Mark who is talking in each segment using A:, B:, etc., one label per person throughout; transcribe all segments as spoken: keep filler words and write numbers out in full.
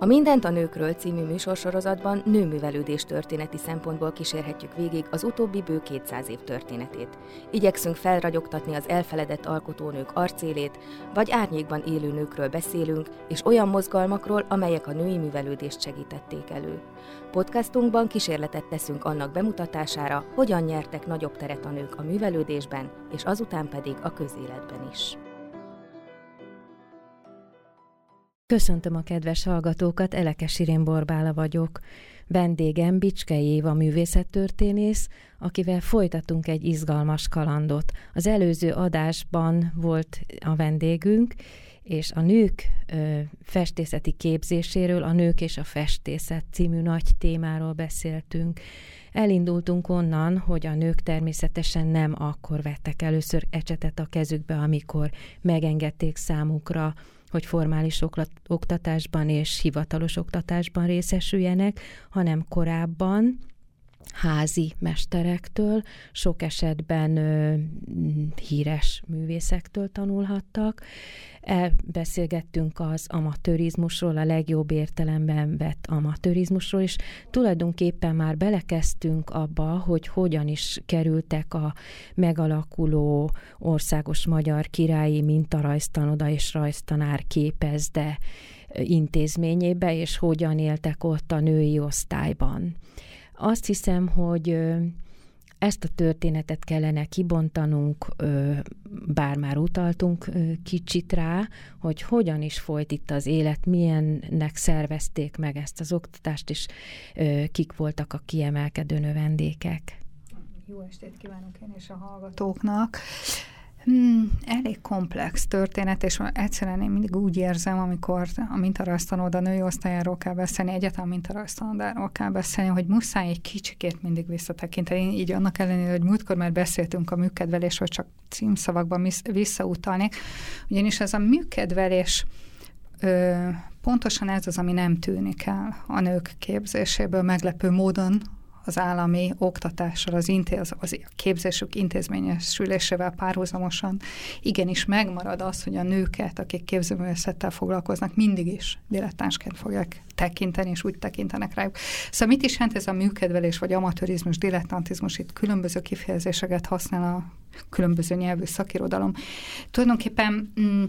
A: A Mindent a nőkről című műsorsorozatban nőművelődés történeti szempontból kísérhetjük végig az utóbbi bő kétszáz év történetét. Igyekszünk felragyogtatni az elfeledett alkotónők arcélét, vagy árnyékban élő nőkről beszélünk, és olyan mozgalmakról, amelyek a női művelődést segítették elő. Podcastunkban kísérletet teszünk annak bemutatására, hogyan nyertek nagyobb teret a nők a művelődésben, és azután pedig a közéletben is.
B: Köszöntöm a kedves hallgatókat, Elekes Irén Borbála vagyok. Vendégem Bicskei Éva művészettörténész, akivel folytatunk egy izgalmas kalandot. Az előző adásban volt a vendégünk, és a nők ö, festészeti képzéséről, a Nők és a festészet című nagy témáról beszéltünk. Elindultunk onnan, hogy a nők természetesen nem akkor vettek először ecsetet a kezükbe, amikor megengedték számukra, hogy formális oktatásban és hivatalos oktatásban részesüljenek, hanem korábban házi mesterektől, sok esetben ö, híres művészektől tanulhattak. Elbeszélgettünk az amatőrizmusról, a legjobb értelemben vett amatőrizmusról, és tulajdonképpen már belekezdtünk abba, hogy hogyan is kerültek a megalakuló országos magyar királyi mintarajztanoda és rajztanár képezde intézményébe, és hogyan éltek ott a női osztályban. Azt hiszem, hogy ezt a történetet kellene kibontanunk, bár már utaltunk kicsit rá, hogy hogyan is folyt itt az élet, milyennek szervezték meg ezt az oktatást, és kik voltak a kiemelkedő növendékek.
C: Jó estét kívánok én és a hallgatóknak! Hmm, elég komplex történet, és egyszerűen én mindig úgy érzem, amikor a mintarajztanoda női osztályáról kell beszélni, egyáltalán mintarajztanodáról kell beszélni, hogy muszáj egy kicsikét mindig visszatekinteni. Így annak ellenére, hogy múltkor már beszéltünk a műkedvelésről, csak címszavakban visszautalnék, ugyanis ez a műkedvelés ö, pontosan ez az, ami nem tűnik el a nők képzéséből meglepő módon, az állami oktatással, az, intéz, az a képzésük intézményesülésével párhuzamosan igenis megmarad az, hogy a nőket, akik képzőművészettel foglalkoznak, mindig is dilettánsként fogják tekinteni, és úgy tekintenek rájuk. Szóval mit is jelent ez a műkedvelés, vagy amatőrizmus, dilettantizmus, itt különböző kifejezéseket használ a különböző nyelvű szakirodalom. Tulajdonképpen mm,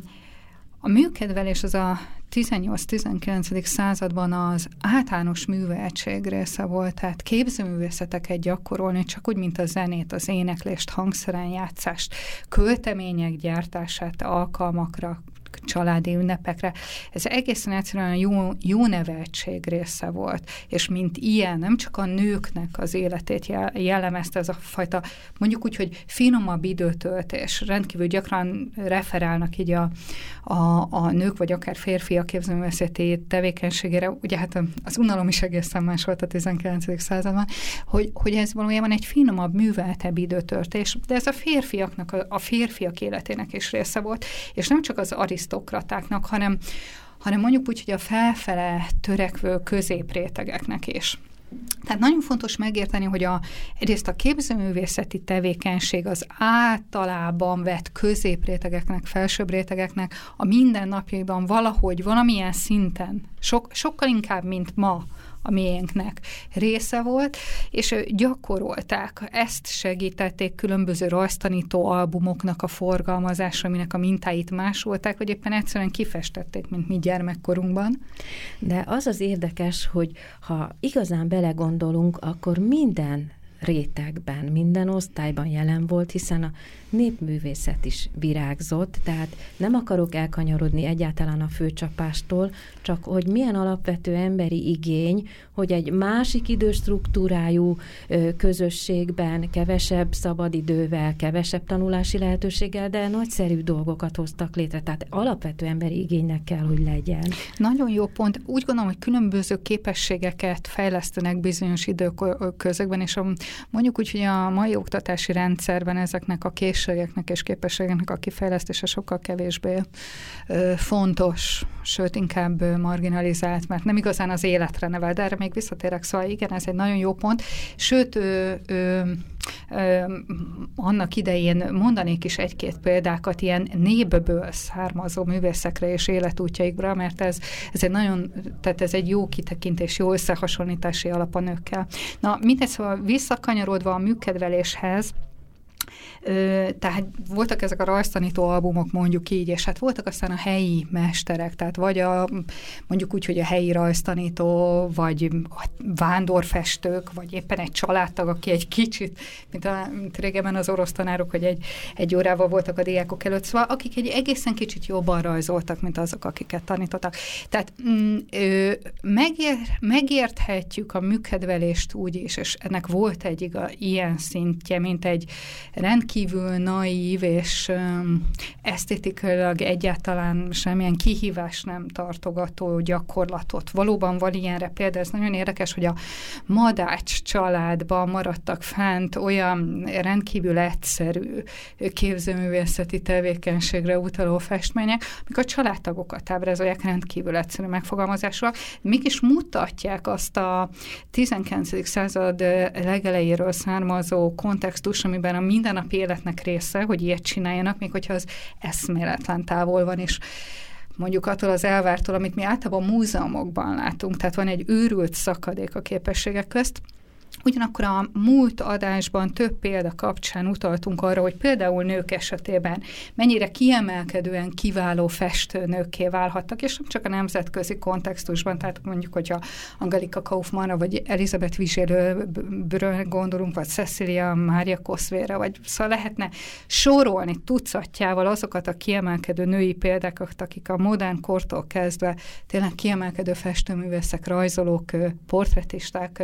C: a műkedvelés az a tizennyolc-tizenkilencedik században az általános műveltség része volt, tehát képzőművészeteket gyakorolni, csak úgy, mint a zenét, az éneklést, hangszeren játszást, költemények gyártását alkalmakra, családi ünnepekre. Ez egészen egyszerűen jó, jó neveltség része volt, és mint ilyen, nem csak a nőknek az életét jellemezte ez a fajta, mondjuk úgy, hogy finomabb időtöltés. Rendkívül gyakran referálnak így a, a, a nők, vagy akár férfiak képzőművészeti tevékenységére, ugye hát az unalom is egészen más volt a tizenkilencedik században, hogy, hogy ez valójában egy finomabb, műveltebb időtöltés, de ez a férfiaknak, a, a férfiak életének is része volt, és nem csak az arisztokratáknak, hanem, hanem mondjuk úgy, hogy a felfele törekvő középrétegeknek is. Tehát nagyon fontos megérteni, hogy a, egyrészt a képzőművészeti tevékenység az általában vett középrétegeknek, felsőbb rétegeknek a mindennapjaiban valahogy, valamilyen szinten, sok, sokkal inkább, mint ma, a miénknek része volt, és gyakorolták, ezt segítették különböző rajztanító albumoknak a forgalmazása, aminek a mintáit másolták, vagy éppen egyszerűen kifestették, mint mi gyermekkorunkban.
B: De az az érdekes, hogy ha igazán belegondolunk, akkor minden rétegben, minden osztályban jelen volt, hiszen a népművészet is virágzott, tehát nem akarok elkanyarodni egyáltalán a főcsapástól, csak hogy milyen alapvető emberi igény, hogy egy másik időstruktúrájú közösségben kevesebb szabadidővel, kevesebb tanulási lehetőséggel, de nagyszerű dolgokat hoztak létre, tehát alapvető emberi igénynek kell, hogy legyen.
C: Nagyon jó pont. Úgy gondolom, hogy különböző képességeket fejlesztenek bizonyos időközökben, és a, mondjuk úgy, hogy a mai oktatási rendszerben ezeknek a készségeknek és képességeknek a kifejlesztése sokkal kevésbé ö, fontos, sőt inkább marginalizált, mert nem igazán az életre nevel, de erre még visszatérek, szóval igen, ez egy nagyon jó pont. Sőt, ö, ö, annak idején mondanék is egy-két példákat ilyen népből származó művészekre és életútjaikra, mert ez, ez egy nagyon, tehát ez egy jó kitekintés, jó összehasonlítási alap a nőkkel. Na, mindegy, szóval visszakanyarodva a műkedveléshez, Ö, tehát voltak ezek a rajztanító albumok, mondjuk így, és hát voltak aztán a helyi mesterek, tehát vagy a, mondjuk úgy, hogy a helyi rajztanító, vagy a vándorfestők, vagy éppen egy családtag, aki egy kicsit, mint, a, mint régebben az orosz tanárok, hogy egy, egy órával voltak a diákok előtt, szóval akik egy egészen kicsit jobban rajzoltak, mint azok, akiket tanítottak. Tehát mm, ö, megér, megérthetjük a műkedvelést úgy is, és ennek volt egy iga, ilyen szintje, mint egy rendkívül naív és um, esztétikailag egyáltalán semmilyen kihívás nem tartogató gyakorlatot. Valóban van ilyenre példa, ez nagyon érdekes, hogy a Madács családban maradtak fent olyan rendkívül egyszerű képzőművészeti tevékenységre utaló festmények, amik a családtagokat ábrázolják rendkívül egyszerű megfogalmazásra, mégis mutatják azt a tizenkilencedik század legelejéről származó kontextus, amiben a mindennapi életnek része, hogy ilyet csináljanak, még hogyha az eszméletlen távol van, és mondjuk attól az elvártól, amit mi általában múzeumokban látunk, tehát van egy őrült szakadék a képességek közt. Ugyanakkor a múlt adásban több példa kapcsán utaltunk arra, hogy például nők esetében mennyire kiemelkedően kiváló festőnőkké válhattak, és nem csak a nemzetközi kontextusban, tehát mondjuk, hogyha Angelika Kaufmannra, vagy Elizabeth Vigée-re gondolunk, vagy Cecilia Mária Koszvére, vagy szóval lehetne sorolni tucatjával azokat a kiemelkedő női példákat, akik a modern kortól kezdve tényleg kiemelkedő festőművészek, rajzolók, portretisták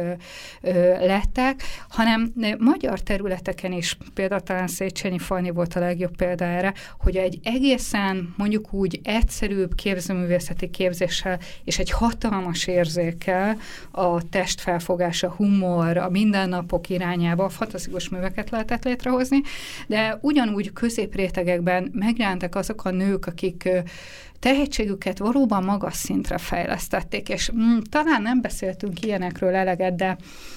C: lettek, hanem magyar területeken is, például talán Széchenyi Fanni volt a legjobb példa erre, hogy egy egészen mondjuk úgy egyszerűbb képzőművészeti képzéssel és egy hatalmas érzékkel a testfelfogása, humor, a mindennapok irányába fantasztikus műveket lehetett létrehozni, de ugyanúgy középrétegekben megjelentek azok a nők, akik tehetségüket valóban magas szintre fejlesztették, és mm, talán nem beszéltünk ilyenekről eleget, de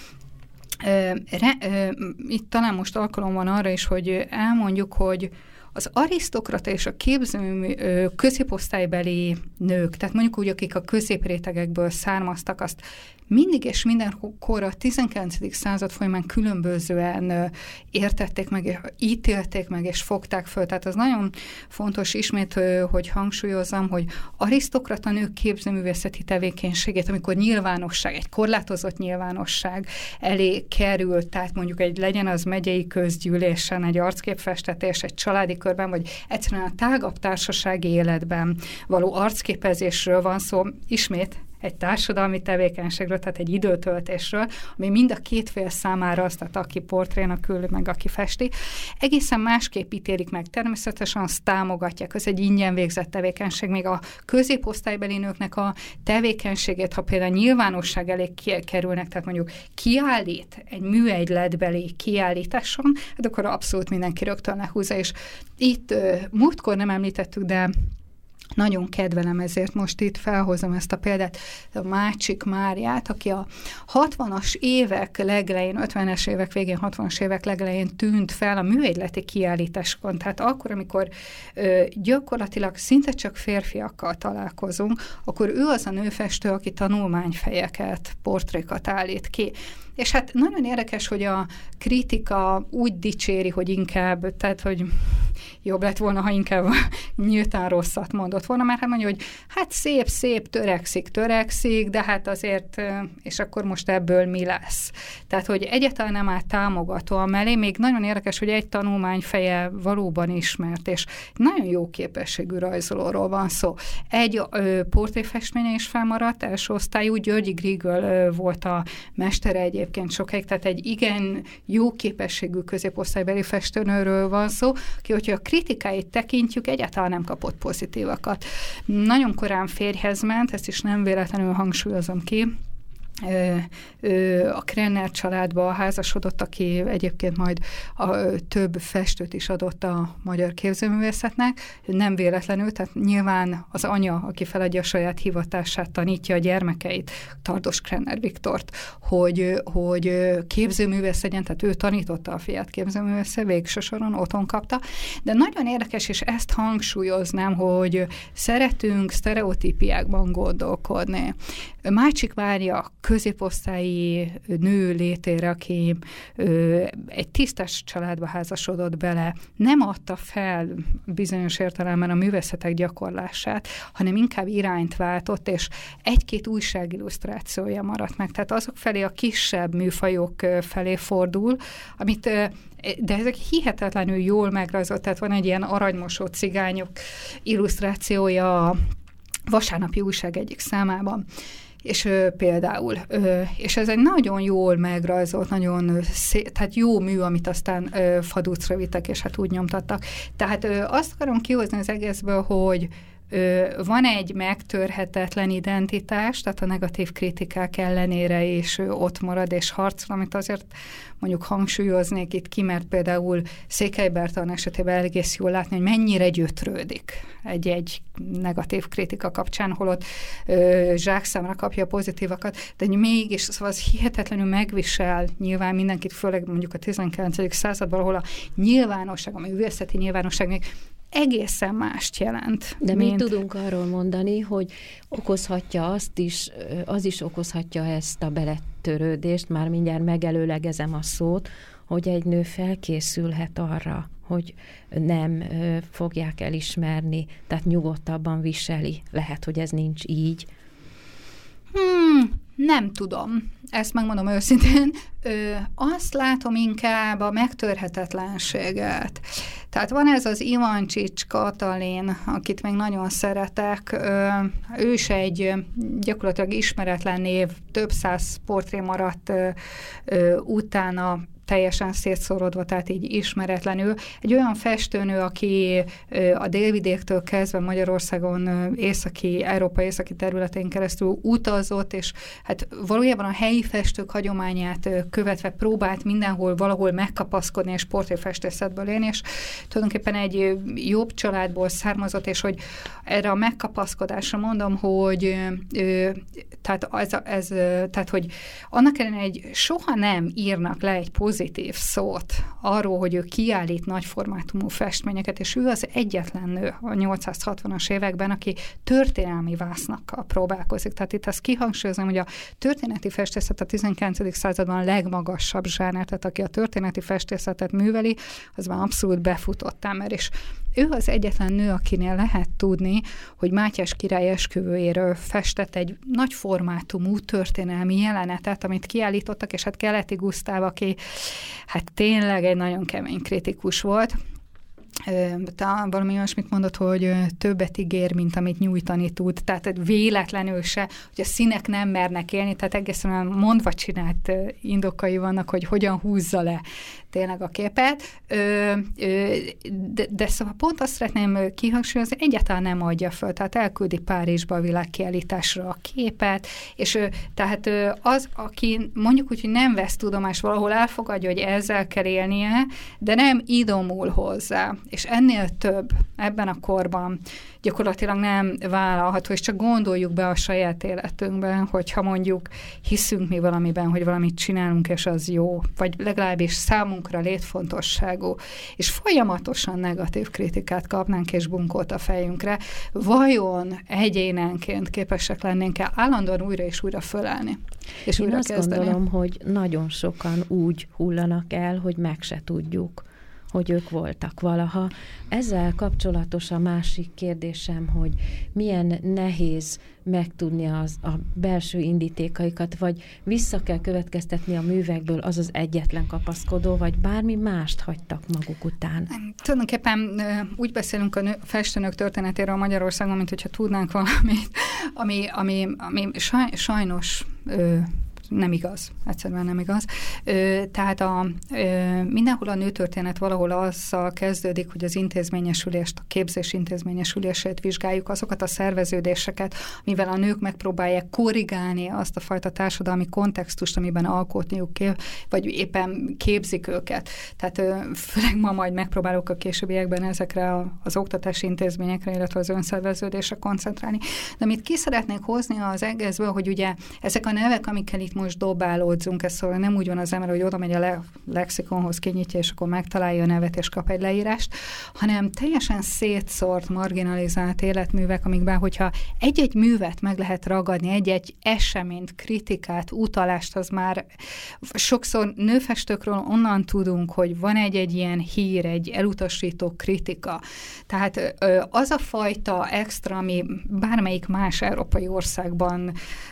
C: Re, itt talán most alkalom van arra is, hogy elmondjuk, hogy az arisztokrata és a képző középosztálybeli nők, tehát mondjuk úgy, akik a középrétegekből származtak, azt mindig és mindenkor a tizenkilencedik század folyamán különbözően értették meg, ítélték meg és fogták föl. Tehát az nagyon fontos ismét, hogy hangsúlyozzam, hogy arisztokrata nők képzőművészeti tevékenységét, amikor nyilvánosság, egy korlátozott nyilvánosság elé került, tehát mondjuk egy legyen az megyei közgyűlésen, egy arcképfestetés, egy családi körben, vagy egyszerűen a tágabb társasági életben való arcképezésről van szó, ismét egy társadalmi tevékenységről, tehát egy időtöltésről, ami mind a két fél számára azt, tehát aki portrénak ül, meg aki festi, egészen másképp ítélik meg. Természetesen azt támogatják, az egy ingyen végzett tevékenység, még a középosztálybeli nőknek a tevékenységét, ha például nyilvánosság elé kerülnek, tehát mondjuk kiállít egy műegyletbeli kiállításon, hát akkor abszolút mindenki rögtön lehúzza, és itt múltkor nem említettük, de nagyon kedvelem, ezért most itt felhozom ezt a példát, a Mácsik Máriát, aki a hatvanas évek legelején, ötvenes évek végén, hatvanas évek legelején tűnt fel a műegyleti kiállításokon. Tehát akkor, amikor ö, gyakorlatilag szinte csak férfiakkal találkozunk, akkor ő az a nőfestő, aki tanulmányfejeket, portrékat állít ki. És hát nagyon érdekes, hogy a kritika úgy dicséri, hogy inkább, tehát, hogy jobb lett volna, ha inkább nyíltan rosszat mondott volna, mert hát mondja, hogy hát szép, szép, törekszik, törekszik, de hát azért, és akkor most ebből mi lesz? Tehát, hogy egyáltalán nem áll támogatóan mellé, még nagyon érdekes, hogy egy tanulmányfeje valóban ismert, és nagyon jó képességű rajzolóról van szó. Egy portréfestménye is felmaradt, első osztályú, Györgyi Grigöl volt a mestere egyébként sokáig, tehát egy igen jó képességű középosztálybeli festőnőről van szó, ki, hogyha a kritikáit tekintjük, egyáltalán nem kapott pozitívakat. Nagyon korán férjhez ment, ezt is nem véletlenül hangsúlyozom ki, a Krenner családba házasodott, aki egyébként majd a, több festőt is adott a magyar képzőművészetnek. Nem véletlenül, tehát nyilván az anya, aki feladja a saját hivatását, tanítja a gyermekeit, Tardos Krenner Viktort, hogy, hogy képzőművész legyen, tehát ő tanította a fiát képzőművészre, végső soron otthon kapta. De nagyon érdekes, és ezt hangsúlyoznám, hogy szeretünk sztereotípiákban gondolkodni. Mácsik Mária középosztályi nő létére, aki ö, egy tisztes családba házasodott bele, nem adta fel bizonyos értelemben a művészetek gyakorlását, hanem inkább irányt váltott, és egy-két újságillusztrációja maradt meg. Tehát azok felé, a kisebb műfajok felé fordul, amit de ezek hihetetlenül jól megrajzolt, tehát van egy ilyen aranymosó cigányok illusztrációja a Vasárnapi Újság egyik számában, és ö, például, ö, és ez egy nagyon jól megrajzolt, nagyon szé- tehát jó mű, amit aztán ö, Faducra vittek, és hát úgy nyomtattak. Tehát ö, azt akarom kihozni az egészből, hogy ö, van egy megtörhetetlen identitás, tehát a negatív kritikák ellenére is ö, ott marad és harcol, amit azért mondjuk hangsúlyoznék itt ki, mert például Székely Bertalan esetében egész jól látni, hogy mennyire gyötrődik egy-egy negatív kritika kapcsán, holott ö, zsákszámra kapja a pozitívakat, de mégis szóval az hihetetlenül megvisel nyilván mindenkit, főleg mondjuk a tizenkilencedik században, ahol a nyilvánosság, a művészeti nyilvánosság még egészen mást jelent.
B: De
C: mint...
B: mi tudunk arról mondani, hogy okozhatja azt is, az is okozhatja ezt a beletörődést, már mindjárt megelőlegezem a szót, hogy egy nő felkészülhet arra, hogy nem fogják elismerni, tehát nyugodtabban viseli. Lehet, hogy ez nincs így.
C: Hmm, nem tudom. Ezt megmondom őszintén. Ö, azt látom inkább a megtörhetetlenséget. Tehát van ez az Ivancsics Katalin, akit még nagyon szeretek. Ö, ő is egy gyakorlatilag ismeretlen név, több száz portré maradt ö, ö, utána, teljesen szétszorodva, tehát így ismeretlenül. Egy olyan festőnő, aki a délvidéktől kezdve Magyarországon északi, Európa északi területén keresztül utazott, és hát valójában a helyi festők hagyományát követve próbált mindenhol valahol megkapaszkodni, és portréfestészetből élni, és tulajdonképpen egy jobb családból származott, és hogy erre a megkapaszkodásra mondom, hogy tehát, ez, ez, tehát hogy annak ellenére, hogy soha nem írnak le egy pozitív szót arról, hogy ő kiállít nagyformátumú festményeket, és ő az egyetlen nő a nyolcszázhatvanas években, aki történelmi vásznakkal próbálkozik. Tehát itt azt kihangsúlyozom, hogy a történeti festészet a tizenkilencedik században a legmagasabb zsáner, tehát aki a történeti festészetet műveli, az már abszolút befutott ember, és ő az egyetlen nő, akinél lehet tudni, hogy Mátyás király esküvőjéről festett egy nagy formátumú történelmi jelenetet, amit kiállítottak, és hát Keleti Gusztáv, aki hát tényleg egy nagyon kemény kritikus volt, Te valami olyasmit mondott, hogy többet ígér, mint amit nyújtani tud, tehát véletlenül se, hogy a színek nem mernek élni, tehát egészen mondva csinált indokai vannak, hogy hogyan húzza le tényleg a képet, de, de szóval pont azt szeretném kihangsúlyozni, egyáltalán nem adja föl, tehát elküldi Párizsba a világkiállításra a képet, és tehát az, aki mondjuk úgy, hogy nem vesz tudomást, valahol elfogadja, hogy ezzel kell élnie, de nem idomul hozzá, és ennél több ebben a korban gyakorlatilag nem vállalható, és csak gondoljuk be a saját életünkben, hogyha mondjuk hiszünk mi valamiben, hogy valamit csinálunk, és az jó, vagy legalábbis számunkra létfontosságú, és folyamatosan negatív kritikát kapnánk, és bunkót a fejünkre, vajon egyénenként képesek lennénk-e állandóan újra és újra fölállni? És
B: Én
C: újra
B: azt
C: kezdeni?
B: gondolom, hogy nagyon sokan úgy hullanak el, hogy meg se tudjuk, hogy ők voltak valaha. Ezzel kapcsolatos a másik kérdésem, hogy milyen nehéz megtudni az, a belső indítékaikat, vagy vissza kell következtetni a művekből, az az egyetlen kapaszkodó, vagy bármi mást hagytak maguk után.
C: Tulajdonképpen úgy beszélünk a nő, festőnök történetéről Magyarországon, mint hogyha tudnánk valamit, ami, ami, ami saj, sajnos nem igaz, egyszerűen nem igaz. Ö, tehát a, ö, mindenhol a nőtörténet valahol azzal kezdődik, hogy az intézményesülést, a képzés intézményesülését vizsgáljuk, azokat a szerveződéseket, mivel a nők megpróbálják korrigálni azt a fajta társadalmi kontextust, amiben alkotniuk kell, vagy éppen képzik őket. Tehát ö, főleg ma majd megpróbálok a későbbiekben ezekre a, az oktatási intézményekre, illetve az önszerveződésre koncentrálni. De amit ki szeretnék hozni az egészből, hogy ugye ezek a nevek, amikkel itt most dobálódzunk, ez szóval nem úgy van az ember, hogy oda megy a le- lexikonhoz, kinyitja, és akkor megtalálja a nevet, és kap egy leírást, hanem teljesen szétszórt, marginalizált életművek, amikben, hogyha egy-egy művet meg lehet ragadni, egy-egy eseményt, kritikát, utalást, az már sokszor nőfestőkről onnan tudunk, hogy van egy-egy ilyen hír, egy elutasító kritika. Tehát az a fajta extra, ami bármelyik más európai országban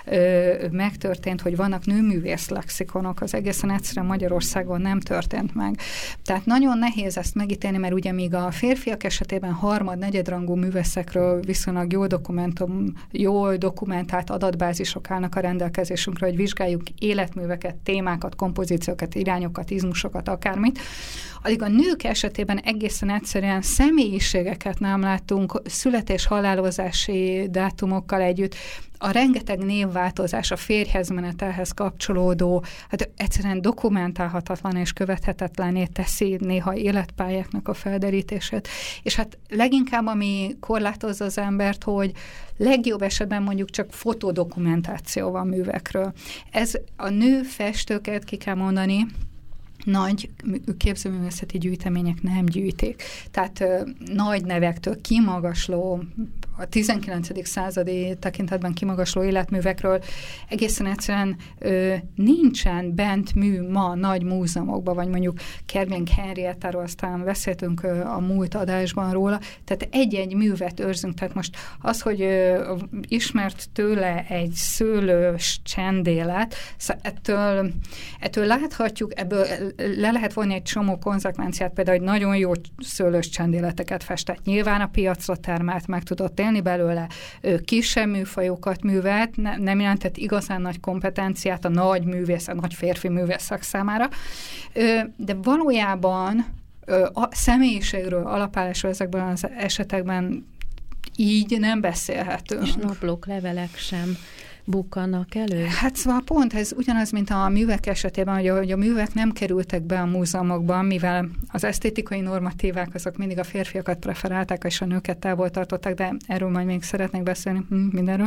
C: ö, megtörtént, hogy vannak nőművész lexikonok, az egészen egyszerűen Magyarországon nem történt meg. Tehát nagyon nehéz ezt megítélni, mert ugye még a férfiak esetében harmad, negyedrangú művészekről viszonylag jó dokumentum, jól dokumentált adatbázisok állnak a rendelkezésünkre, hogy vizsgáljuk életműveket, témákat, kompozíciókat, irányokat, izmusokat, akármit. Addig a nők esetében egészen egyszerűen személyiségeket nem látunk, születés-halálozási dátumokkal együtt, a rengeteg névváltozás, a férjhez menetelhez kapcsolódó, hát egyszerűen dokumentálhatatlan és követhetetlenné teszi néha életpályáknak a felderítését. És hát leginkább, ami korlátozza az embert, hogy legjobb esetben mondjuk csak fotodokumentáció van művekről. Ez a nő festőket, ki kell mondani, nagy képzőművészeti gyűjtemények nem gyűjtik. Tehát ö, nagy nevektől kimagasló, a tizenkilencedik századi tekintetben kimagasló életművekről egészen egyszerűen ö, nincsen bent mű ma nagy múzeumokban, vagy mondjuk Kerling Henriettáról, aztán beszéltünk ö, a múlt adásban róla, tehát egy-egy művet őrzünk. Tehát most az, hogy ö, ismert tőle egy szőlős csendélet, szóval ettől, ettől láthatjuk, ebből le lehet vonni egy csomó konzekvenciát, például, hogy nagyon jó szőlős csendéleteket festett. Nyilván a piacra termelt, meg tudott élni belőle, kisebb műfajokat művelt, ne, nem jelentett igazán nagy kompetenciát a nagy művészek, a nagy férfi művészek számára, de valójában a személyiségről, alapállásról ezekben az esetekben így nem beszélhetünk.
B: És naplók, levelek sem bukkannak elő?
C: Hát szóval pont ez ugyanaz, mint a művek esetében, hogy a, hogy a művek nem kerültek be a múzeumokban, mivel az esztétikai normatívák azok mindig a férfiakat preferálták, és a nőket távol tartották, de erről majd még szeretnék beszélni, mindenről.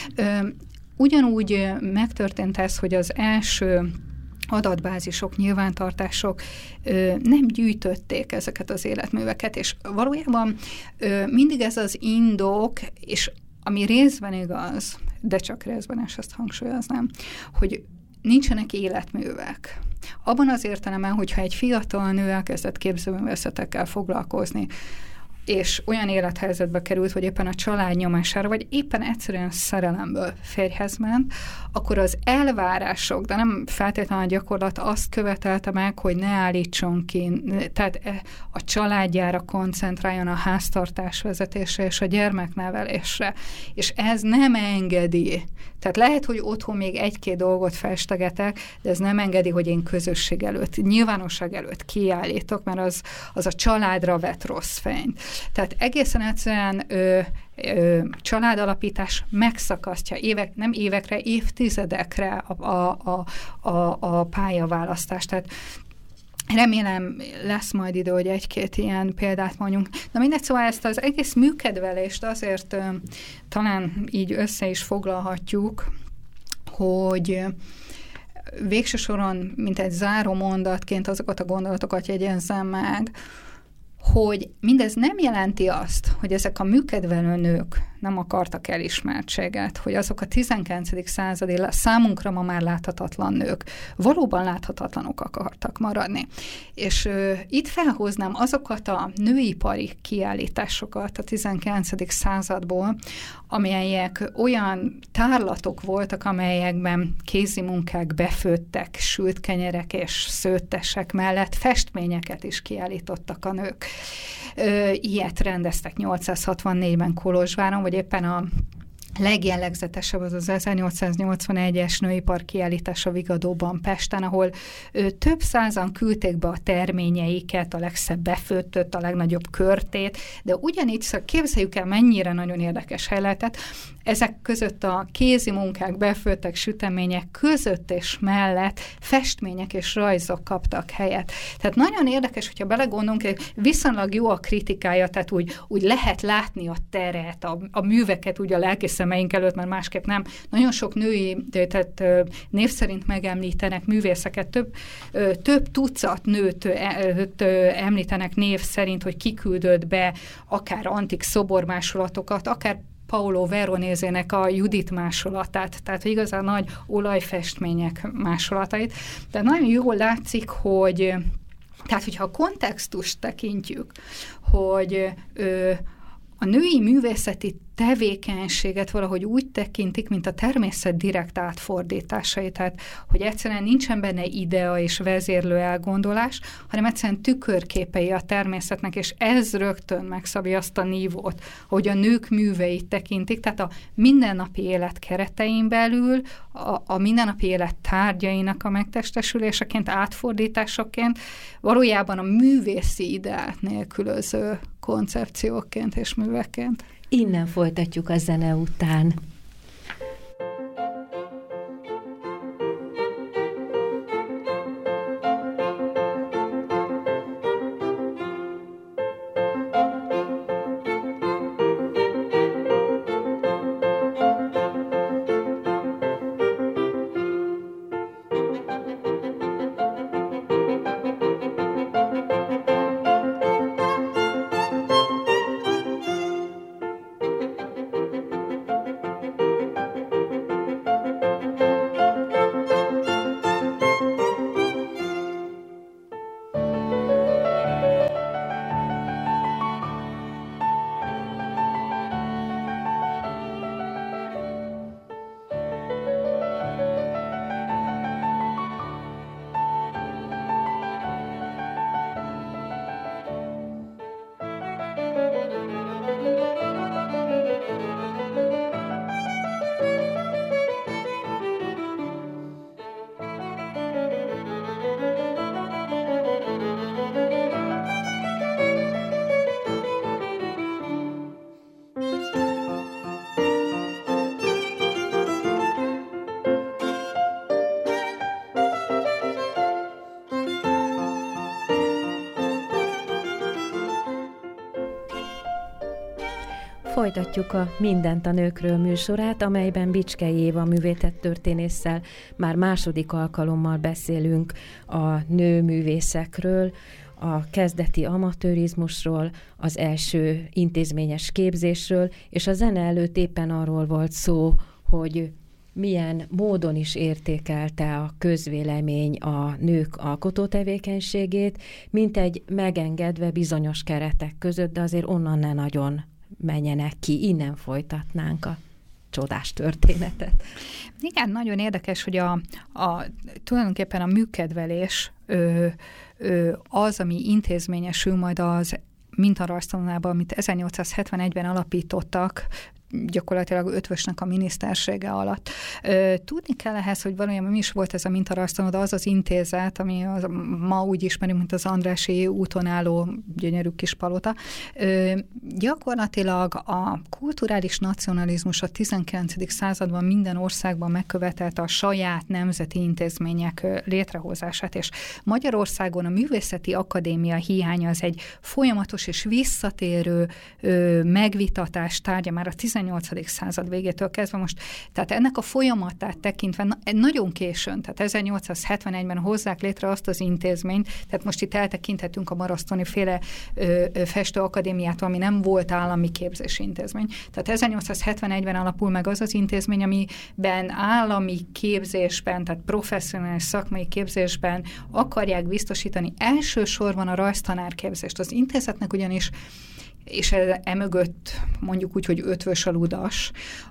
C: Ugyanúgy megtörtént ez, hogy az első adatbázisok, nyilvántartások ö, nem gyűjtötték ezeket az életműveket, és valójában ö, mindig ez az indok, és ami részben igaz, de csak részben, és ezt hangsúlyoznám, hogy nincsenek életművek. Abban az értelemben, hogyha egy fiatal nő elkezdett képzőművészetekkel foglalkozni, és olyan élethelyzetbe került, hogy éppen a család nyomására, vagy éppen egyszerűen szerelemből férjhez ment, akkor az elvárások, de nem feltétlenül a gyakorlat azt követelte meg, hogy ne állítson ki, tehát a családjára koncentráljon, a háztartás vezetésre és a gyermeknevelésre. És ez nem engedi. Tehát lehet, hogy otthon még egy-két dolgot festegetek, de ez nem engedi, hogy én közösség előtt, nyilvánosság előtt kiállítok, mert az, az a családra vet rossz fényt. Tehát egészen egyszerűen ö, ö, családalapítás megszakasztja évek, nem évekre, évtizedekre a, a, a, a, a pályaválasztást. Tehát remélem lesz majd idő, hogy egy-két ilyen példát mondjunk. Na mindegy, szóval ezt az egész műkedvelést azért ö, talán így össze is foglalhatjuk, hogy végső soron, mint egy záró mondatként azokat a gondolatokat jegyezzem meg, hogy mindez nem jelenti azt, hogy ezek a műkedvelő nők nem akartak elismertséget, hogy azok a tizenkilencedik századi számunkra ma már láthatatlan nők valóban láthatatlanok akartak maradni. És ö, itt felhoznám azokat a nőipari kiállításokat a tizenkilencedik századból, amelyek olyan tárlatok voltak, amelyekben kézi munkák befőttek, sült kenyerek és szőttesek mellett festményeket is kiállítottak a nők. Ö, ilyet rendeztek nyolcszázhatvannégyben Kolozsváron, vagy éppen a legjellegzetesebb az az ezernyolcszáznyolcvanegyes nőipar kiállítás a Vigadóban, Pesten, ahol ö, több százan küldték be a terményeiket, a legszebb befőttöt, a legnagyobb körtét, de ugyanígy szóval képzeljük el, mennyire nagyon érdekes hely lehetett. Ezek között a kézi munkák, befőttek, sütemények között és mellett festmények és rajzok kaptak helyet. Tehát nagyon érdekes, hogyha belegondolunk, viszonylag jó a kritikája, tehát úgy, úgy lehet látni a teret, a, a műveket úgy a lelki szemeink előtt, mert másképp nem. Nagyon sok női, tehát név szerint megemlítenek művészeket, több, több tucat nőt említenek név szerint, hogy kiküldött be akár antik szobormásolatokat, akár Paolo Veronésének a Judit másolatát, tehát igazán nagy olajfestmények másolatait. Tehát nagyon jól látszik, hogy tehát, hogyha a kontextust tekintjük, hogy ö, a női művészeti tevékenységet valahogy úgy tekintik, mint a természet direkt átfordításai, tehát hogy egyszerűen nincsen benne idea és vezérlő elgondolás, hanem egyszerűen tükörképei a természetnek, és ez rögtön megszabja azt a nívót, hogy a nők műveit tekintik, tehát a mindennapi élet keretein belül, a, a mindennapi élet tárgyainak a megtestesüléseként, átfordításaként, valójában a művészi ideát nélkülöző koncepcióként és művekként.
B: Innen folytatjuk a zene után. Folytatjuk a Mindent a nőkről műsorát, amelyben Bicskei Éva művészettörténésszel már második alkalommal beszélünk a nőművészekről, a kezdeti amatőrizmusról, az első intézményes képzésről, és a zene előtt éppen arról volt szó, hogy milyen módon is értékelte a közvélemény a nők alkotó tevékenységét, mint egy megengedve bizonyos keretek között, de azért onnan ne nagyon menjenek ki, innen folytatnánk a csodás történetet.
C: Igen, nagyon érdekes, hogy a, a, tulajdonképpen a műkedvelés ö, ö, az, ami intézményesül majd az mintarajztanulában, amit ezernyolcszázhetvenegyben alapítottak, gyakorlatilag Ötvösnek a minisztersége alatt. Tudni kell ehhez, hogy valójában mi is volt ez a mintarajztanoda, az az intézet, ami az, ma úgy ismerünk, mint az Andrássy úton álló gyönyörű kis palota. Gyakorlatilag a kulturális nacionalizmus a tizenkilencedik században minden országban megkövetelte a saját nemzeti intézmények létrehozását, és Magyarországon a művészeti akadémia hiánya az egy folyamatos és visszatérő megvitatás tárgya már a tizennyolcadik század végétől kezdve most, tehát ennek a folyamatát tekintve na, nagyon későn, tehát ezernyolcszázhetvenegyben hozzák létre azt az intézményt, tehát most itt eltekinthetünk a marasztoni féle ö, ö, festőakadémiától, ami nem volt állami képzési intézmény. Tehát ezernyolcszázhetvenegyben alapul meg az az intézmény, amiben állami képzésben, tehát professzionális szakmai képzésben akarják biztosítani elsősorban a rajztanárképzést. Az intézetnek ugyanis és emögött mondjuk úgy, hogy ötvös a ludas,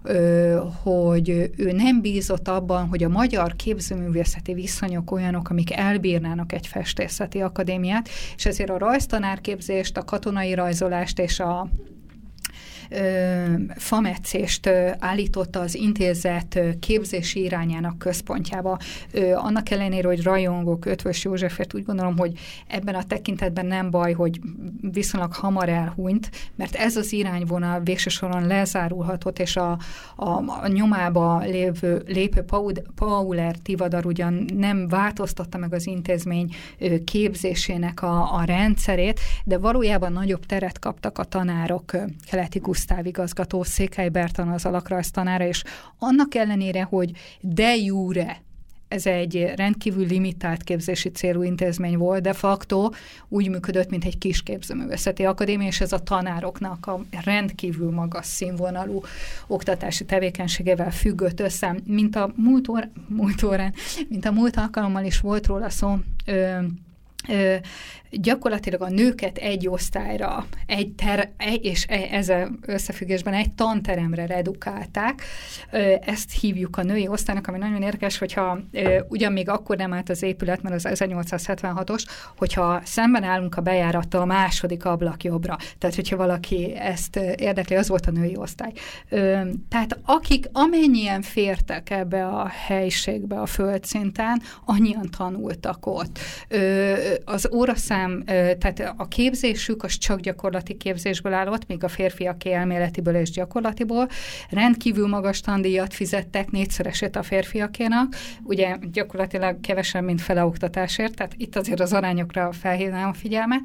C: hogy ő nem bízott abban, hogy a magyar képzőművészeti viszonyok olyanok, amik elbírnának egy festészeti akadémiát, és ezért a rajztanárképzést, a katonai rajzolást és a fametszést állította az intézet képzési irányának központjába. Annak ellenére, hogy rajongok Ötvös Józsefért, úgy gondolom, hogy ebben a tekintetben nem baj, hogy viszonylag hamar elhunyt, mert ez az irányvonal végső soron lezárulhatott, és a, a, a nyomába lévő, lépő Pauler Tivadar ugyan nem változtatta meg az intézmény képzésének a, a rendszerét, de valójában nagyobb teret kaptak a tanárok. Keleti Gusztáv igazgató, Székely Bertalan az alakrajz tanára, és annak ellenére, hogy de jure ez egy rendkívül limitált képzési célú intézmény volt, de facto úgy működött, mint egy kis képzőművészeti akadémia, és ez a tanároknak a rendkívül magas színvonalú oktatási tevékenységével függött össze, mint a múlt, óra, múlt órán, mint a múlt alkalommal is volt róla szó, ö, Ö, gyakorlatilag a nőket egy osztályra, egy ter, egy, és ezzel összefüggésben egy tanteremre redukálták. Ö, ezt hívjuk a női osztálynak, ami nagyon érdekes, hogyha ö, ugyan még akkor nem állt az épület, mert az ezernyolcszázhetvenhatos, hogyha szemben állunk a bejárattal, a második ablak jobbra. Tehát, hogyha valaki ezt érdekli, az volt a női osztály. Ö, tehát akik amennyien fértek ebbe a helyiségbe a földszinten, annyian tanultak ott. Ö, az óraszám, tehát a képzésük az csak gyakorlati képzésből állott, míg a férfiaké elméletiből és gyakorlatiból. Rendkívül magas tandíjat fizettek, négyszeresét a férfiakénak, ugye gyakorlatilag kevesebb, mint fele oktatásért, tehát itt azért az arányokra felhívnám a figyelmet,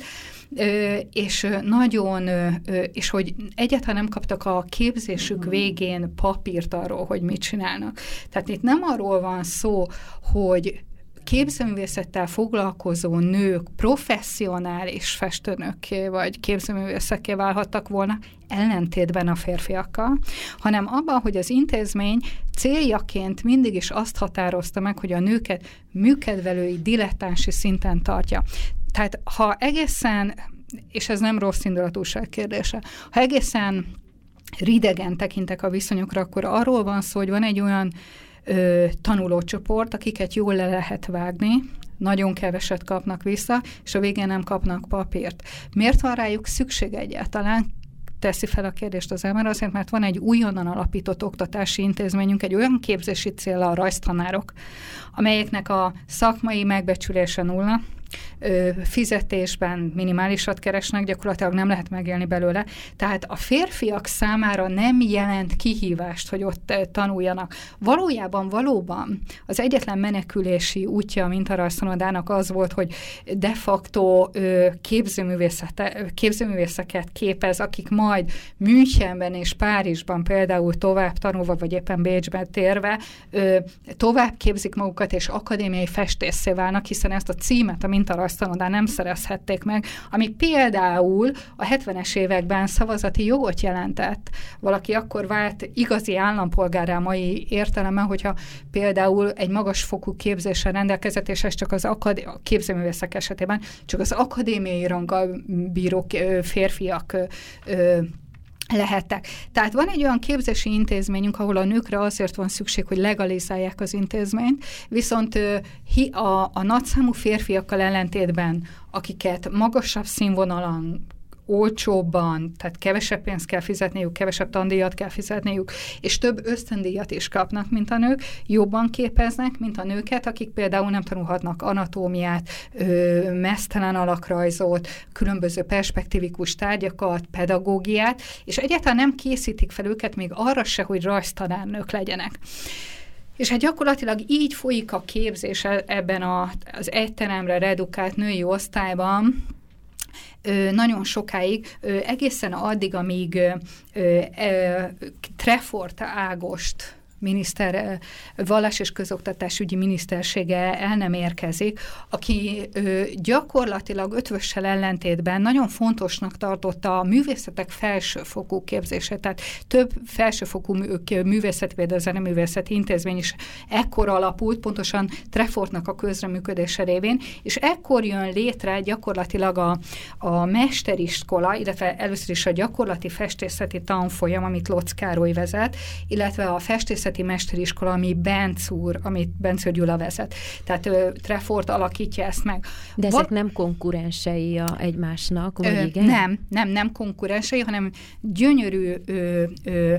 C: és nagyon, és hogy egyáltalán nem kaptak a képzésük végén papírt arról, hogy mit csinálnak. Tehát itt nem arról van szó, hogy képzőművészettel foglalkozó nők professzionális festőnökké vagy képzőművészekké válhattak volna, ellentétben a férfiakkal, hanem abban, hogy az intézmény céljaként mindig is azt határozta meg, hogy a nőket műkedvelői, dilettánsi szinten tartja. Tehát ha egészen, és ez nem rossz indulatúság kérdése, ha egészen ridegen tekintek a viszonyokra, akkor arról van szó, hogy van egy olyan Ö, tanulócsoport, akiket jól le lehet vágni, nagyon keveset kapnak vissza, és a végén nem kapnak papírt. Miért van rájuk szükség egyáltalán? Teszi fel a kérdést az ember, azért, mert van egy újonnan alapított oktatási intézményünk, egy olyan képzési céllal, a rajztanárok, amelyeknek a szakmai megbecsülése nulla, ö, fizetésben minimálisat keresnek, gyakorlatilag nem lehet megélni belőle. Tehát a férfiak számára nem jelent kihívást, hogy ott tanuljanak. Valójában valóban az egyetlen menekülési útja a mintarajztanodának az volt, hogy de facto ö, képzőművészeket képez, akik majd Münchenben és Párizsban például tovább tanulva, vagy éppen Bécsben térve, ö, tovább képzik magukat, és akadémiai festészé válnak, hiszen ezt a címet a mintarajztanodán nem szerezhették meg, ami például a hetvenes években szavazati jogot jelentett. Valaki akkor vált igazi állampolgárrá mai értelemben, hogyha például egy magasfokú képzéssel rendelkezett, és ez csak az akad- a képzőművészek esetében csak az akadémiai ranggal bíró férfiak ö, lehettek. Tehát van egy olyan képzési intézményünk, ahol a nőkre azért van szükség, hogy legalizálják az intézményt, viszont a, a nagyszámú férfiakkal ellentétben, akiket magasabb színvonalon, olcsóbban, tehát kevesebb pénzt kell fizetniük, kevesebb tandíjat kell fizetniük, és több ösztöndíjat is kapnak, mint a nők, jobban képeznek, mint a nőket, akik például nem tanulhatnak anatómiát, ö, meztelen alakrajzot, különböző perspektívikus tárgyakat, pedagógiát, és egyáltalán nem készítik fel őket még arra se, hogy rajztanárnők legyenek. És hát gyakorlatilag így folyik a képzés ebben a, az egyteremre redukált női osztályban, Ö, nagyon sokáig, ö, egészen addig, amíg ö, ö, Trefort Ágost miniszter, vallás és közoktatásügyi minisztersége el nem érkezik, aki ö, gyakorlatilag Ötvössel ellentétben nagyon fontosnak tartotta a művészetek felsőfokú képzését. Tehát több felsőfokú művészeti, például a zeneművészeti intézmény is ekkor alapult, pontosan Trefortnak a közreműködése révén, és ekkor jön létre gyakorlatilag a, a mesteriskola, illetve először is a gyakorlati festészeti tanfolyam, amit Lotz Károly vezet, illetve a festészeti festészeti mesteriskola, ami Benc úr, amit Benc Gyula vezet. Tehát ö, Trefort alakítja ezt meg.
B: De ezek Val- nem konkurensei a egymásnak, vagy ö, igen?
C: Nem, nem, nem konkurensei, hanem gyönyörű ö, ö,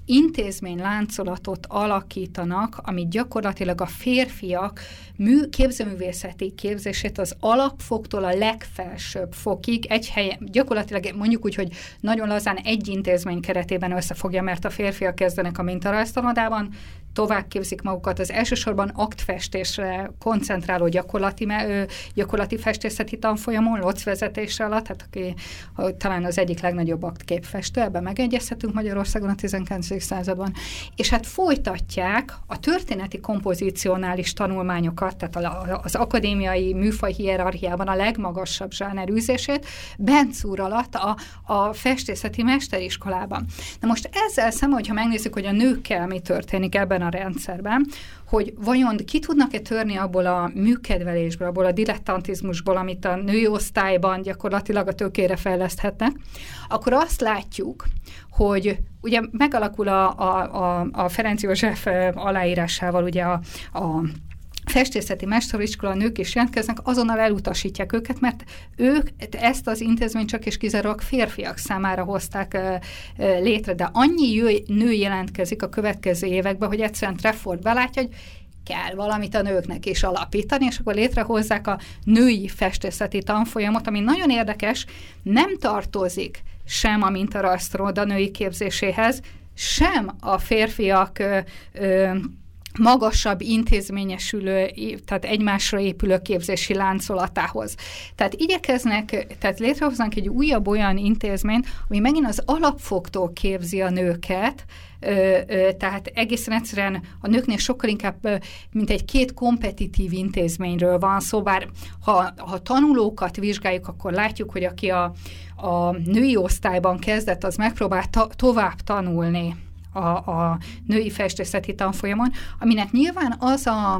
C: intézményláncolatot alakítanak, amit gyakorlatilag a férfiak mű, képzőművészeti képzését az alapfoktól a legfelsőbb fokig egy helyen, gyakorlatilag mondjuk úgy, hogy nagyon lazán egy intézmény keretében összefogja, mert a férfiak kezdenek a mintarajztanodában, tovább képzik magukat az elsősorban aktfestésre koncentráló gyakorlati, gyakorlati festészeti tanfolyamon, Lotz vezetése alatt, tehát aki talán az egyik legnagyobb aktképfestő, ebben megegyezhetünk Magyarországon a tizenkilencedik században, és hát folytatják a történeti kompozícionális tanulmányokat, tehát az akadémiai műfaj hierarchiában a legmagasabb zsánerűzését Benc úr alatt a, a festészeti mesteriskolában. Na most ezzel szemben, hogyha megnézzük, hogy a nőkkel mi történik ebben a rendszerben, hogy vajon ki tudnak-e törni abból a műkedvelésből, abból a dilettantizmusból, amit a női osztályban gyakorlatilag a tökére fejleszthetnek, akkor azt látjuk, hogy ugye megalakul a, a, a, a Ferenc József aláírásával ugye a, a festészeti mesteriskola nők is jelentkeznek, azonnal elutasítják őket, mert ők ezt az intézményt csak és kizárólag férfiak számára hozták létre, de annyi nő jelentkezik a következő években, hogy egyszerűen Trefort belátja, hogy kell valamit a nőknek is alapítani, és akkor létrehozzák a női festészeti tanfolyamot, ami nagyon érdekes, nem tartozik sem a mintarajztanod a női képzéséhez, sem a férfiak ö, ö, magasabb intézményesülő, tehát egymásra épülő képzési láncolatához. Tehát igyekeznek, tehát létrehoznak egy újabb olyan intézményt, ami megint az alapfoktól képzi a nőket, Ö, ö, tehát egészen egyszerűen a nőknél sokkal inkább, ö, mint egy két kompetitív intézményről van szó, bár ha, ha tanulókat vizsgáljuk, akkor látjuk, hogy aki a, a női osztályban kezdett, az megpróbál ta, tovább tanulni a, a női festészeti tanfolyamon, aminek nyilván az a,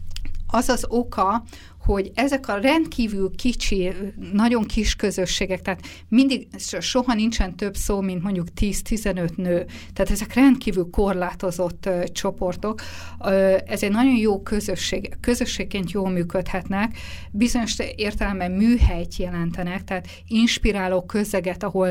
C: az, az oka, hogy ezek a rendkívül kicsi, nagyon kis közösségek, tehát mindig soha nincsen több szó, mint mondjuk tíz-tizenöt nő. Tehát ezek rendkívül korlátozott uh, csoportok. Uh, ez egy nagyon jó közösség. Közösségként jól működhetnek. Bizonyos értelemben műhelyt jelentenek, tehát inspiráló közeget, ahol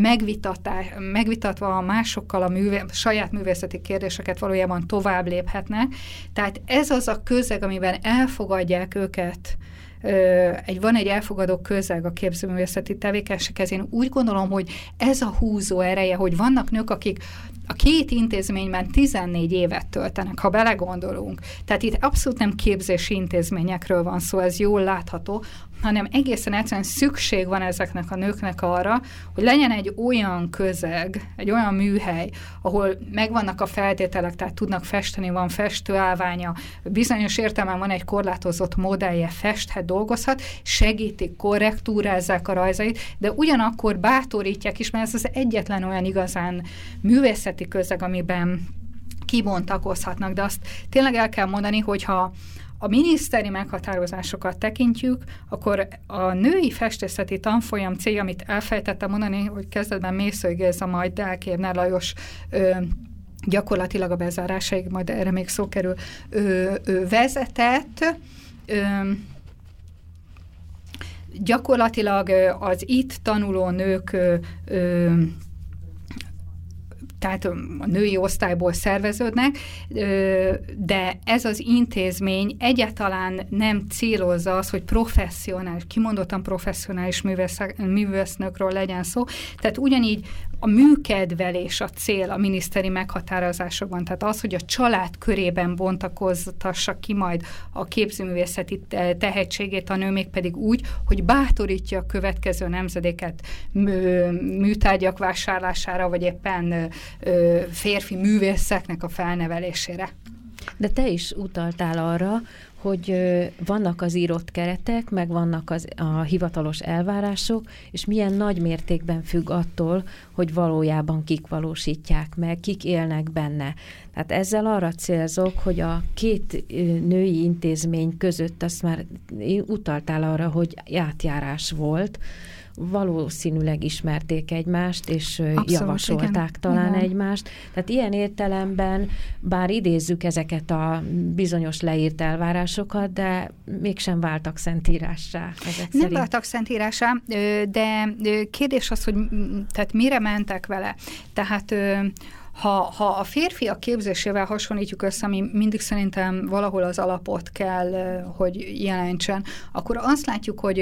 C: megvitatva a másokkal a műve, saját művészeti kérdéseket valójában tovább léphetnek. Tehát ez az a közeg, amiben elfogadják őket. Egy, van egy elfogadó közeg a képzőművészeti tevékenységhez. Én úgy gondolom, hogy ez a húzó ereje, hogy vannak nők, akik a két intézményben tizennégy évet töltenek, ha belegondolunk. Tehát itt abszolút nem képzési intézményekről van szó, ez jól látható, hanem egészen egyszerűen szükség van ezeknek a nőknek arra, hogy legyen egy olyan közeg, egy olyan műhely, ahol megvannak a feltételek, tehát tudnak festeni, van festőállványa, bizonyos értelemben van egy korlátozott modellje, festhet, dolgozhat, segítik, korrektúrázzák a rajzait, de ugyanakkor bátorítják is, mert ez az egyetlen olyan igazán művészeti közeg, amiben kibontakozhatnak, de azt tényleg el kell mondani, hogyha a miniszteri meghatározásokat tekintjük, akkor a női festészeti tanfolyam célja, amit elfejtettem mondani, hogy kezdetben Mészöly Géza, majd Deák Ébner Lajos ö, gyakorlatilag a bezárásaig, majd erre még szó kerül, ö, ö, vezetett, ö, gyakorlatilag az itt tanuló nők ö, ö, tehát a női osztályból szerveződnek, de ez az intézmény egyáltalán nem célozza az, hogy professzionális, kimondottan professzionális művésznőkről legyen szó. Tehát ugyanígy a műkedvelés a cél a miniszteri meghatározásokban, tehát az, hogy a család körében bontakoztassa ki majd a képzőművészeti tehetségét a nő, még pedig úgy, hogy bátorítja a következő nemzedéket műtárgyak vásárlására, vagy éppen férfi művészeknek a felnevelésére.
B: De te is utaltál arra, hogy vannak az írott keretek, meg vannak az, a hivatalos elvárások, és milyen nagy mértékben függ attól, hogy valójában kik valósítják meg, kik élnek benne. Tehát ezzel arra célzok, hogy a két női intézmény között, azt már utaltál arra, hogy átjárás volt, valószínűleg ismerték egymást, és
C: Abszolút,
B: javasolták
C: igen.
B: talán
C: igen.
B: egymást. Tehát ilyen értelemben, bár idézzük ezeket a bizonyos leírt elvárásokat, de mégsem váltak szentírássá. Ezek
C: Nem
B: szerint.
C: váltak szentírássá, de kérdés az, hogy tehát mire mentek vele. Tehát Ha, ha a férfiak képzésével hasonlítjuk össze, ami mindig szerintem valahol az alapot kell, hogy jelentsen, akkor azt látjuk, hogy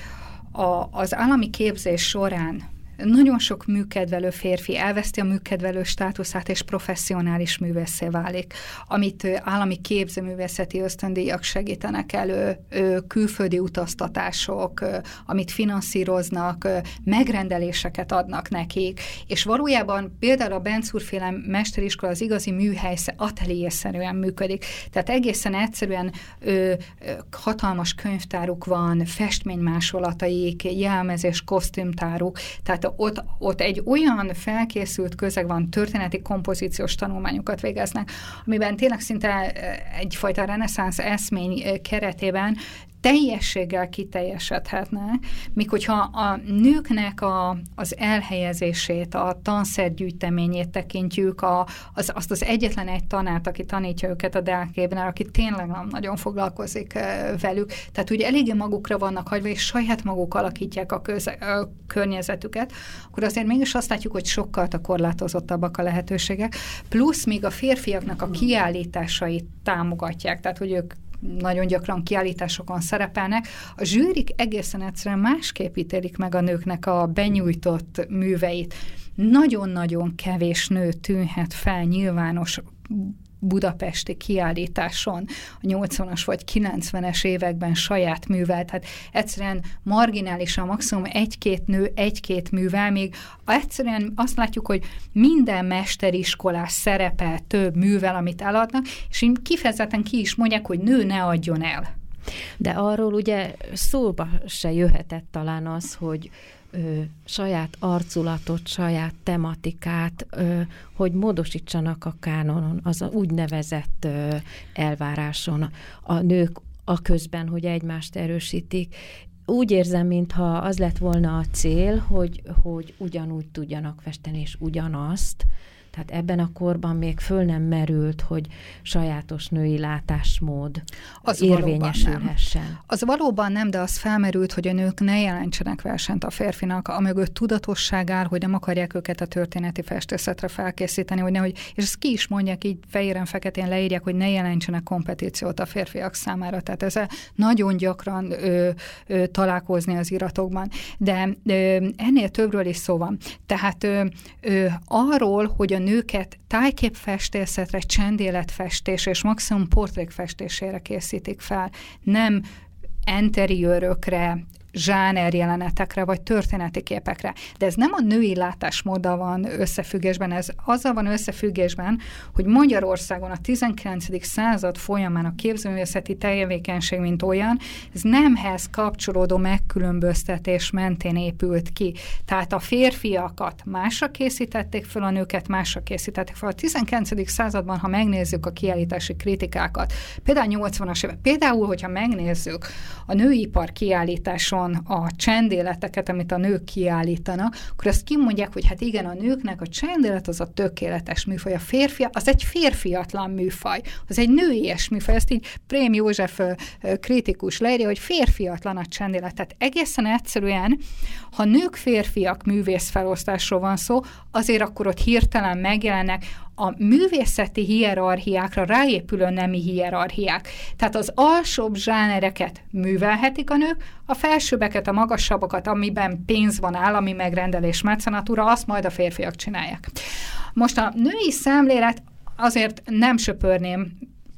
C: a, az állami képzés során nagyon sok műkedvelő férfi elveszti a műkedvelő státuszát, és professzionális művészé válik, amit állami képzőművészeti ösztöndíjak segítenek elő, külföldi utaztatások, amit finanszíroznak, megrendeléseket adnak nekik, és valójában például a Benczúr-féle mesteriskola az igazi műhely, atelierszerűen működik. Tehát egészen egyszerűen ö, hatalmas könyvtáruk van, festménymásolataik, jelmezés, kosztümtáruk, tehát Ott, ott egy olyan felkészült közeg van, történeti kompozíciós tanulmányokat végeznek, amiben tényleg szinte egyfajta reneszánsz eszmény keretében teljességgel kiteljesedhetnek, míg hogyha a nőknek a, az elhelyezését, a tanszergyűjteményét tekintjük, a, az, azt az egyetlen egy tanárt, aki tanítja őket a Deák-Ébner, aki tényleg nem nagyon foglalkozik velük, tehát ugye eléggé magukra vannak hagyva, és saját maguk alakítják a, köze, a környezetüket, akkor azért mégis azt látjuk, hogy sokkal korlátozottabbak a lehetőségek, plusz még a férfiaknak a kiállításait támogatják, tehát hogy ők nagyon gyakran kiállításokon szerepelnek. A zsűrik egészen egyszerűen másképp ítélik meg a nőknek a benyújtott műveit. Nagyon-nagyon kevés nő tűnhet fel nyilvános budapesti kiállításon a nyolcvanas vagy kilencvenes években saját művel, tehát egyszerűen marginálisan maximum egy-két nő, egy-két művel, még egyszerűen azt látjuk, hogy minden mesteriskolás szerepel több művel, amit eladnak, és így kifejezetten ki is mondják, hogy nő ne adjon el.
B: De arról ugye szóba se jöhetett talán az, hogy Ö, saját arculatot, saját tematikát, ö, hogy módosítsanak a kánonon, az a úgynevezett ö, elváráson a nők a közben, hogy egymást erősítik. Úgy érzem, mintha az lett volna a cél, hogy, hogy ugyanúgy tudjanak festeni, és ugyanazt. Tehát ebben a korban még föl nem merült, hogy sajátos női látásmód az érvényesülhessen.
C: Valóban az valóban nem, de az felmerült, hogy a nők ne jelentsenek versenyt a férfinak, amögött tudatosság áll, hogy nem akarják őket a történeti festészetre felkészíteni, hogy nehogy, és ezt ki is mondják, így fehéren-feketén leírják, hogy ne jelentsenek kompetíciót a férfiak számára. Tehát ezzel nagyon gyakran ö, ö, találkozni az iratokban. De ö, ennél többről is szó van. Tehát ö, ö, arról, hogy a nőket tájképfestészetre, csendéletfestés és maximum portrék festésére készítik fel, nem interiőrökre, zsánerjelenetekre vagy történeti képekre. De ez nem a női látásmóddal van összefüggésben, ez azzal van összefüggésben, hogy Magyarországon a tizenkilencedik század folyamán a képzőművészeti tevékenység, mint olyan, ez nemhez kapcsolódó megkülönböztetés mentén épült ki. Tehát a férfiakat másra készítették fel, a nőket másra készítették fel. A tizenkilencedik században, ha megnézzük a kiállítási kritikákat, például nyolcvanas évek, például, hogyha megnézzük a nőipar kiállításon a csendéleteket, amit a nők kiállítanak, akkor azt kimondják, hogy hát igen, a nőknek a csendélet az a tökéletes műfaj, a férfi, az egy férfiatlan műfaj, az egy nőies műfaj, ezt így Prém József kritikus leírja, hogy férfiatlan a csendélet. Tehát egészen egyszerűen, ha nők-férfiak művészfelosztásról van szó, azért akkor ott hirtelen megjelennek a művészeti hierarchiákra ráépülő nemi hierarchiák. Tehát az alsóbb zsánereket művelhetik a nők, a felsőbbeket, a magasabbakat, amiben pénz van, állami megrendelés, mecenatúra, azt majd a férfiak csinálják. Most a női szemlélet azért nem söpörném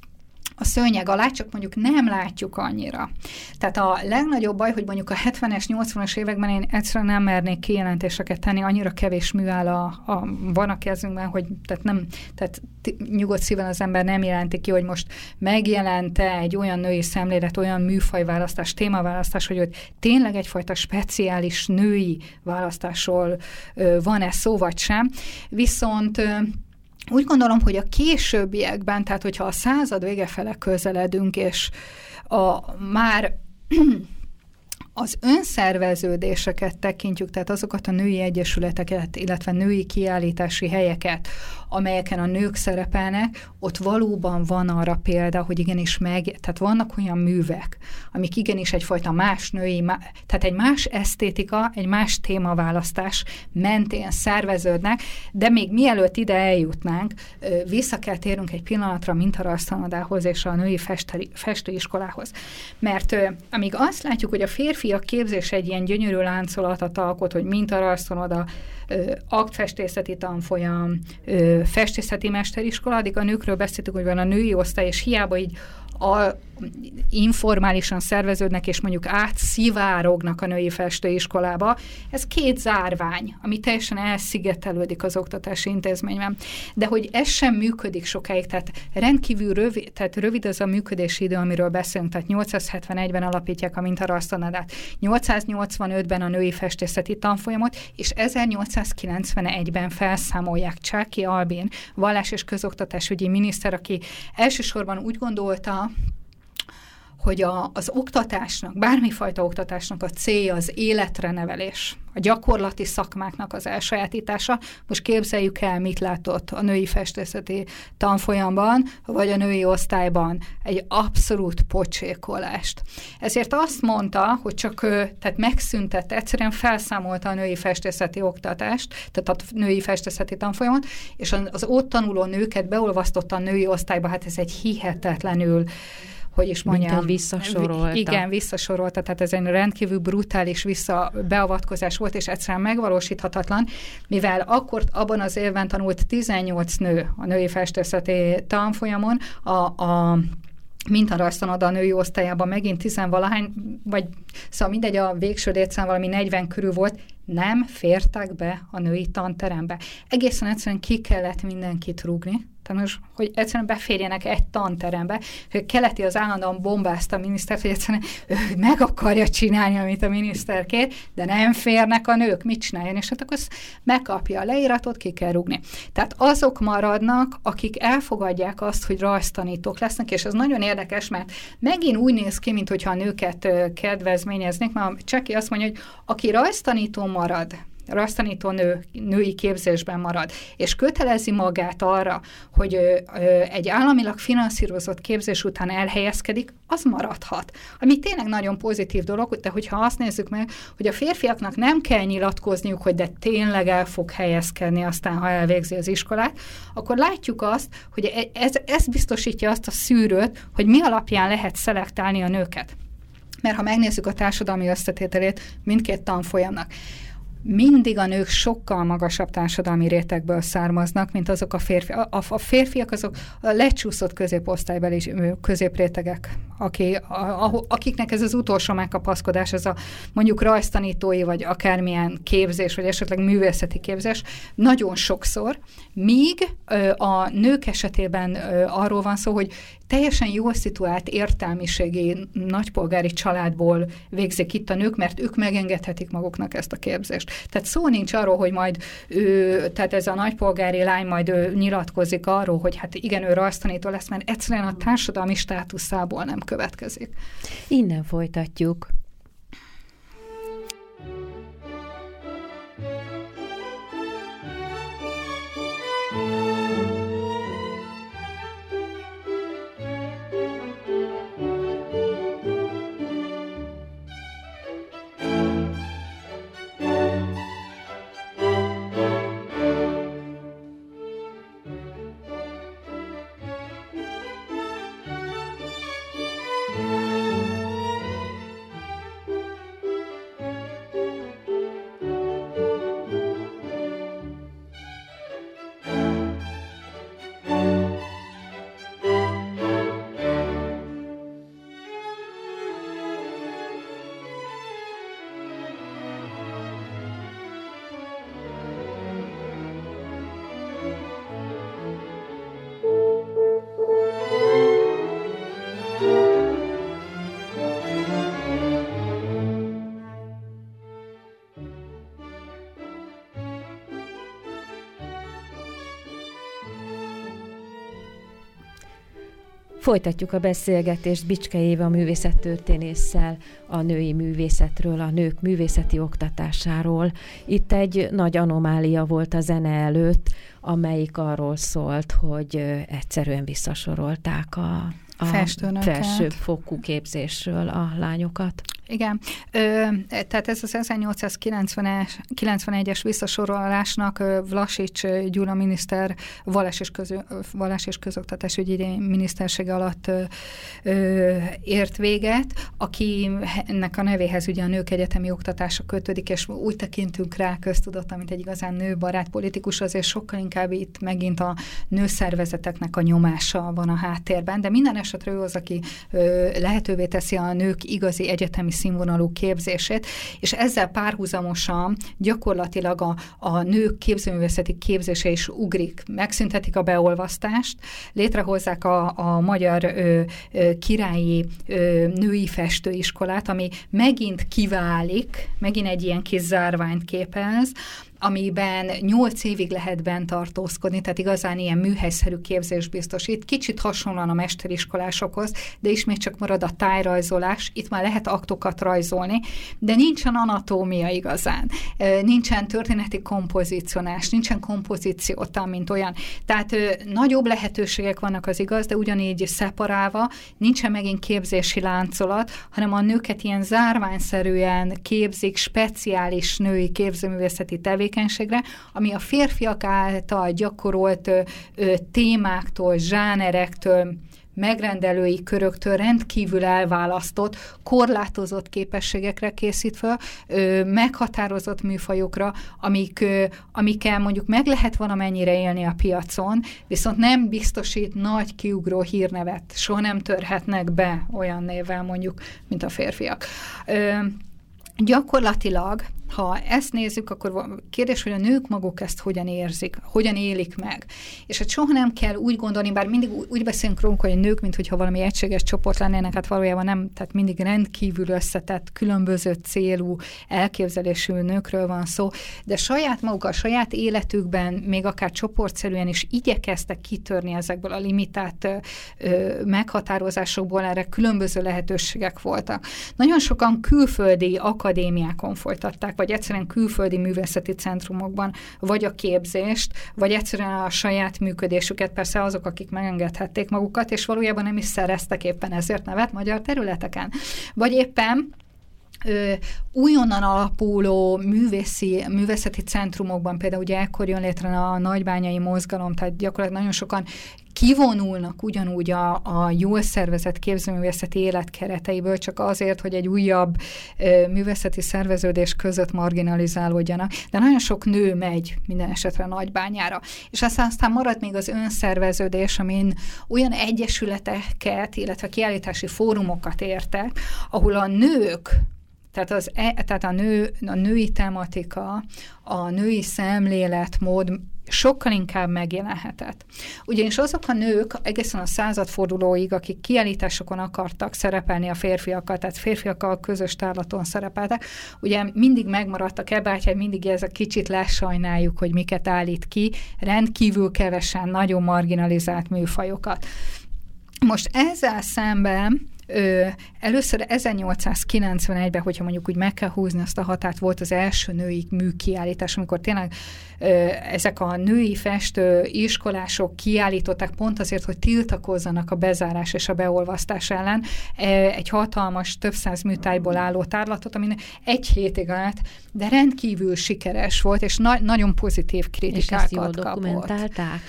C: a szőnyeg alá, csak mondjuk nem látjuk annyira. Tehát a legnagyobb baj, hogy mondjuk a hetvenes, nyolcvanas években én egyszerűen nem mernék kijelentéseket tenni, annyira kevés mű áll a, a, van a kezünkben, hogy tehát nem, tehát nyugodt szíven az ember nem jelenti ki, hogy most megjelente egy olyan női szemlélet, olyan műfajválasztás, témaválasztás, hogy ott tényleg egyfajta speciális női választásról van-e szó, vagy sem. Viszont úgy gondolom, hogy a későbbiekben, tehát hogyha a század vége fele közeledünk, és a, már az önszerveződéseket tekintjük, tehát azokat a női egyesületeket, illetve női kiállítási helyeket, amelyeken a nők szerepelnek, ott valóban van arra példa, hogy igenis meg, tehát vannak olyan művek, amik igenis egyfajta más női, tehát egy más esztétika, egy más témaválasztás mentén szerveződnek, de még mielőtt ide eljutnánk, vissza kell térnünk egy pillanatra a mintarajztanodához és a női festeri, festőiskolához. Mert amíg azt látjuk, hogy a férfiak képzés egy ilyen gyönyörű láncolatot alkot, hogy mintarajztanoda, aktfestészeti tanfolyam, festészeti mesteriskola, addig a nőkről beszéltük, hogy van a női osztály, és hiába így a, informálisan szerveződnek, és mondjuk átszivárognak a női festőiskolába. Ez két zárvány, ami teljesen elszigetelődik az oktatási intézményben. De hogy ez sem működik sokáig, tehát rendkívül rövid, tehát rövid az a működési idő, amiről beszélünk, tehát nyolcszázhetvenegyben alapítják a mintarajztanodát, nyolcszáznyolcvanötben a női festészeti tanfolyamot, és ezernyolcszázkilencvenegyben felszámolják Csáky Albin, vallás- és közoktatásügyi miniszter, aki elsősorban úgy gondolta, hogy a, az oktatásnak, bármifajta oktatásnak a célja az életre nevelés, a gyakorlati szakmáknak az elsajátítása. Most képzeljük el, mit látott a női festészeti tanfolyamban, vagy a női osztályban, egy abszolút pocsékolást. Ezért azt mondta, hogy csak ő, tehát megszüntette, egyszerűen felszámolta a női festészeti oktatást, tehát a női festészeti tanfolyamot, és az ott tanuló nőket beolvasztotta a női osztályba, hát ez egy hihetetlenül, hogy is mondjam.
B: Mint visszasorolta.
C: Igen, visszasorolta, tehát ez egy rendkívül brutális vissza beavatkozás volt, és egyszerűen megvalósíthatatlan, mivel akkor abban az évben tanult tizennyolc nő a női festészeti tanfolyamon, a, a mintarajztanoda a női osztályában megint tizenvalahány, vagy szóval mindegy, a végső létszám valami negyven körül volt, nem fértek be a női tanterembe. Egészen egyszerűen ki kellett mindenkit rúgni, tehát most, hogy egyszerűen beférjenek egy tanterembe, hogy keleti az állandóan bombázta a minisztert, hogy egyszerűen ő meg akarja csinálni, amit a miniszter kér, de nem férnek a nők, mit csináljon, és hát akkor megkapja a leíratot, ki kell rúgni. Tehát azok maradnak, akik elfogadják azt, hogy rajztanítók lesznek, és ez nagyon érdekes, mert megint úgy néz ki, mintha a nőket kedvezményeznék, mert Csáky azt mondja, hogy aki rajztanító marad, rajztanító nő, női képzésben marad, és kötelezi magát arra, hogy ö, ö, egy államilag finanszírozott képzés után elhelyezkedik, az maradhat. Ami tényleg nagyon pozitív dolog, de hogyha azt nézzük meg, hogy a férfiaknak nem kell nyilatkozniuk, hogy de tényleg el fog helyezkedni aztán, ha elvégzi az iskolát, akkor látjuk azt, hogy ez, ez biztosítja azt a szűrőt, hogy mi alapján lehet szelektálni a nőket. Mert ha megnézzük a társadalmi összetételét mindkét tanfolyamnak, mindig a nők sokkal magasabb társadalmi rétegből származnak, mint azok a férfiak. A, a férfiak azok a lecsúszott középosztálybeli középrétegek, aki, a, akiknek ez az utolsó megkapaszkodás, ez a mondjuk rajztanítói, vagy akármilyen képzés, vagy esetleg művészeti képzés, nagyon sokszor, míg a nők esetében arról van szó, hogy teljesen jól szituált értelmiségi nagypolgári családból végzik itt a nők, mert ők megengedhetik maguknak ezt a képzést. Tehát szó nincs arról, hogy majd ő, tehát ez a nagypolgári lány majd ő nyilatkozik arról, hogy hát igen, ő rajztanító lesz, mert egyszerűen a társadalmi státuszából nem következik.
B: Innen folytatjuk. Folytatjuk a beszélgetést Bicskei Éva művészettörténésszel a női művészetről, a nők művészeti oktatásáról. Itt egy nagy anomália volt a zene előtt, amelyik arról szólt, hogy egyszerűen visszasorolták a, a felsőfokú képzésről a lányokat.
C: Igen, Ö, tehát ez az ezernyolcszázkilencvenegyes visszasorolásnak Vlasics Gyula miniszter vallás és, közö, vallás és közoktatásügyi minisztersége alatt ö, ö, ért véget, akinek a nevéhez ugye a nők egyetemi oktatása kötődik, és úgy tekintünk rá köztudottan, mint egy igazán nőbarát politikus, azért sokkal inkább itt megint a nőszervezeteknek a nyomása van a háttérben, de minden esetre ő az, aki ö, lehetővé teszi a nők igazi egyetemi színvonalú képzését, és ezzel párhuzamosan gyakorlatilag a, a nők képzőművészeti képzése is ugrik. Megszüntetik a beolvasztást, létrehozzák a, a magyar ö, ö, királyi ö, női festőiskolát, ami megint kiválik, megint egy ilyen kis zárványt képez, amiben nyolc évig lehet bent tartózkodni, tehát igazán ilyen műhelyszerű képzés biztosít. Kicsit hasonlóan a mesteriskolásokhoz, de ismét csak marad a tájrajzolás, itt már lehet aktokat rajzolni, de nincsen anatómia igazán, nincsen történeti kompozícionás, nincsen kompozíciótan, mint olyan. Tehát nagyobb lehetőségek vannak, az igaz, de ugyanígy szeparálva, nincsen megint képzési láncolat, hanem a nőket ilyen zárványszerűen képzik speciális női képzőművészeti tevékenységre, ami a férfiak által gyakorolt ö, ö, témáktól, zsánerektől, megrendelői köröktől rendkívül elválasztott, korlátozott képességekre készít fel, ö, meghatározott műfajokra, amik, ö, amikkel mondjuk meg lehet valamennyire élni a piacon, viszont nem biztosít nagy kiugró hírnevet, soha nem törhetnek be olyan névvel mondjuk, mint a férfiak. Ö, Gyakorlatilag, ha ezt nézzük, akkor kérdés, hogy a nők maguk ezt hogyan érzik, hogyan élik meg. És hát soha nem kell úgy gondolni, bár mindig úgy beszélünk rólunk, hogy a nők, mintha valami egységes csoport lennének, hát valójában nem, tehát mindig rendkívül összetett, különböző célú, elképzelésű nőkről van szó, de saját maguk, a saját életükben, még akár csoportszerűen is igyekeztek kitörni ezekből a limitált ö, meghatározásokból, erre különböző lehetőségek voltak. Nagyon sokan külföldi akadémiákon folytatták, vagy egyszerűen külföldi művészeti centrumokban, vagy a képzést, vagy egyszerűen a saját működésüket, persze azok, akik megengedhették magukat, és valójában nem is szereztek éppen ezért nevet magyar területeken. Vagy éppen Ö, újonnan alapuló művészi, művészeti centrumokban, például ugye ekkor jön létre a nagybányai mozgalom, tehát gyakorlatilag nagyon sokan kivonulnak ugyanúgy a, a jól szervezett képzőművészeti élet kereteiből, csak azért, hogy egy újabb ö, művészeti szerveződés között marginalizálódjanak. De nagyon sok nő megy minden esetre Nagybányára. És aztán, aztán marad még az önszerveződés, amin olyan egyesületeket, illetve kiállítási fórumokat értek, ahol a nők, Tehát, az, tehát a, nő, a női tematika, a női szemléletmód sokkal inkább megjelenhetett. Ugyanis azok a nők egészen a századfordulóig, akik kiállításokon akartak szerepelni a férfiakkal, tehát férfiakkal közös tárlaton szerepeltek, ugye mindig megmaradtak ebbe, hogy mindig ez a kicsit lesajnáljuk, hogy miket állít ki, rendkívül kevesen, nagyon marginalizált műfajokat. Most ezzel szemben Ö, először ezernyolcszázkilencvenegyben, hogyha mondjuk úgy meg kell húzni azt a határt, volt az első női műkiállítás, amikor tényleg ö, ezek a női festő iskolások kiállították pont azért, hogy tiltakozzanak a bezárás és a beolvasztás ellen egy hatalmas, több száz műtájból álló tárlatot, ami egy hétig állt, de rendkívül sikeres volt, és na- nagyon pozitív kritikákat kapott. És ezt jól
B: dokumentálták?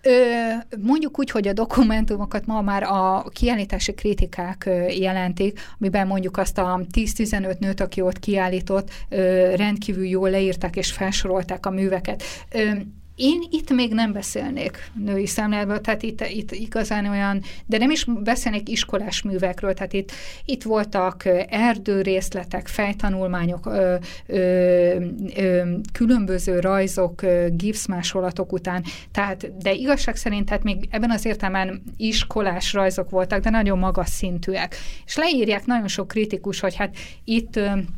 C: Mondjuk úgy, hogy a dokumentumokat ma már a kiállítási kritikák jelentik, amiben mondjuk azt a tíz-tizenöt nőt, aki ott kiállított, rendkívül jól leírták és felsorolták a műveket. Én itt még nem beszélnék női szemléletből, tehát itt, itt igazán olyan, de nem is beszélnék iskolás művekről, tehát itt, itt voltak erdőrészletek, fejtanulmányok, ö, ö, ö, különböző rajzok, ö, gipszmásolatok után, tehát, de igazság szerint tehát még ebben az értelemben iskolás rajzok voltak, de nagyon magas szintűek. És leírják nagyon sok kritikus, hogy hát itt ö,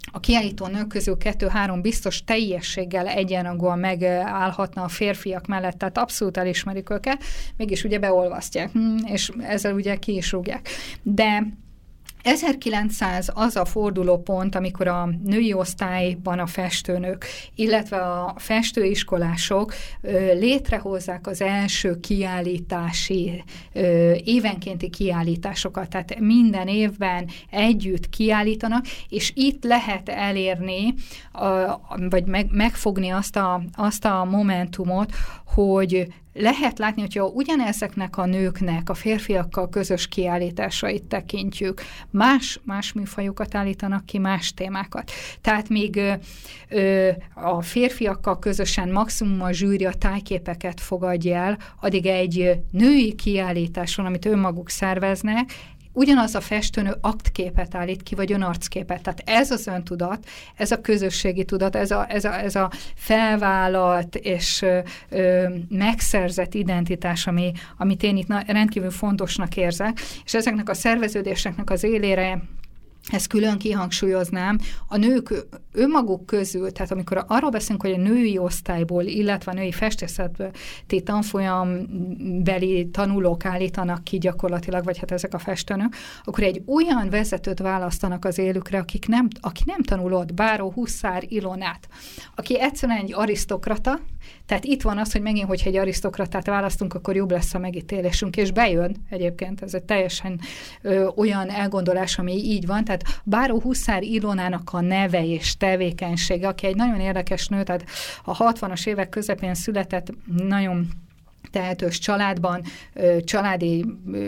C: a kiállító nők közül kettő-három biztos teljességgel egyenrangúan megállhatna a férfiak mellett, tehát abszolút elismerik őket, mégis ugye beolvasztják, és ezzel ugye ki is rúgják. De ezerkilencszáz az a fordulópont, amikor a női osztályban a festőnök, illetve a festőiskolások ö, létrehozzák az első kiállítási, ö, évenkénti kiállításokat, tehát minden évben együtt kiállítanak, és itt lehet elérni, a, vagy meg, megfogni azt a, azt a momentumot, hogy lehet látni, hogyha ugyanezeknek a nőknek a férfiakkal közös kiállításait tekintjük, más, más műfajokat állítanak ki, más témákat. Tehát még ö, ö, a férfiakkal közösen maximum a zsűri a tájképeket fogadja el, addig egy női kiállításon, amit önmaguk szerveznek, ugyanaz a festőnő aktképet állít ki, vagy önarcképet. Tehát ez az öntudat, ez a közösségi tudat, ez a, ez a, ez a felvállalt és ö, ö, megszerzett identitás, ami, amit én itt na, rendkívül fontosnak érzek, és ezeknek a szerveződéseknek az élére ezt külön kihangsúlyoznám, a nők önmaguk közül, tehát amikor arról beszélünk, hogy a női osztályból, illetve a női festészeti tanfolyambeli tanulók állítanak ki gyakorlatilag, vagy hát ezek a festőnök, akkor egy olyan vezetőt választanak az élükre, akik nem, aki nem tanulott Báró, Huszár, Ilonát, aki egyszerűen egy arisztokrata, tehát itt van az, hogy megint, hogyha egy arisztokratát választunk, akkor jobb lesz a megítélésünk, és bejön egyébként, ez egy teljesen ö, olyan elgondolás, ami így van, tehát Báró Huszár Ilonának a neve és tevékenysége, aki egy nagyon érdekes nő, tehát a hatvanas évek közepén született, nagyon tehetős családban, családi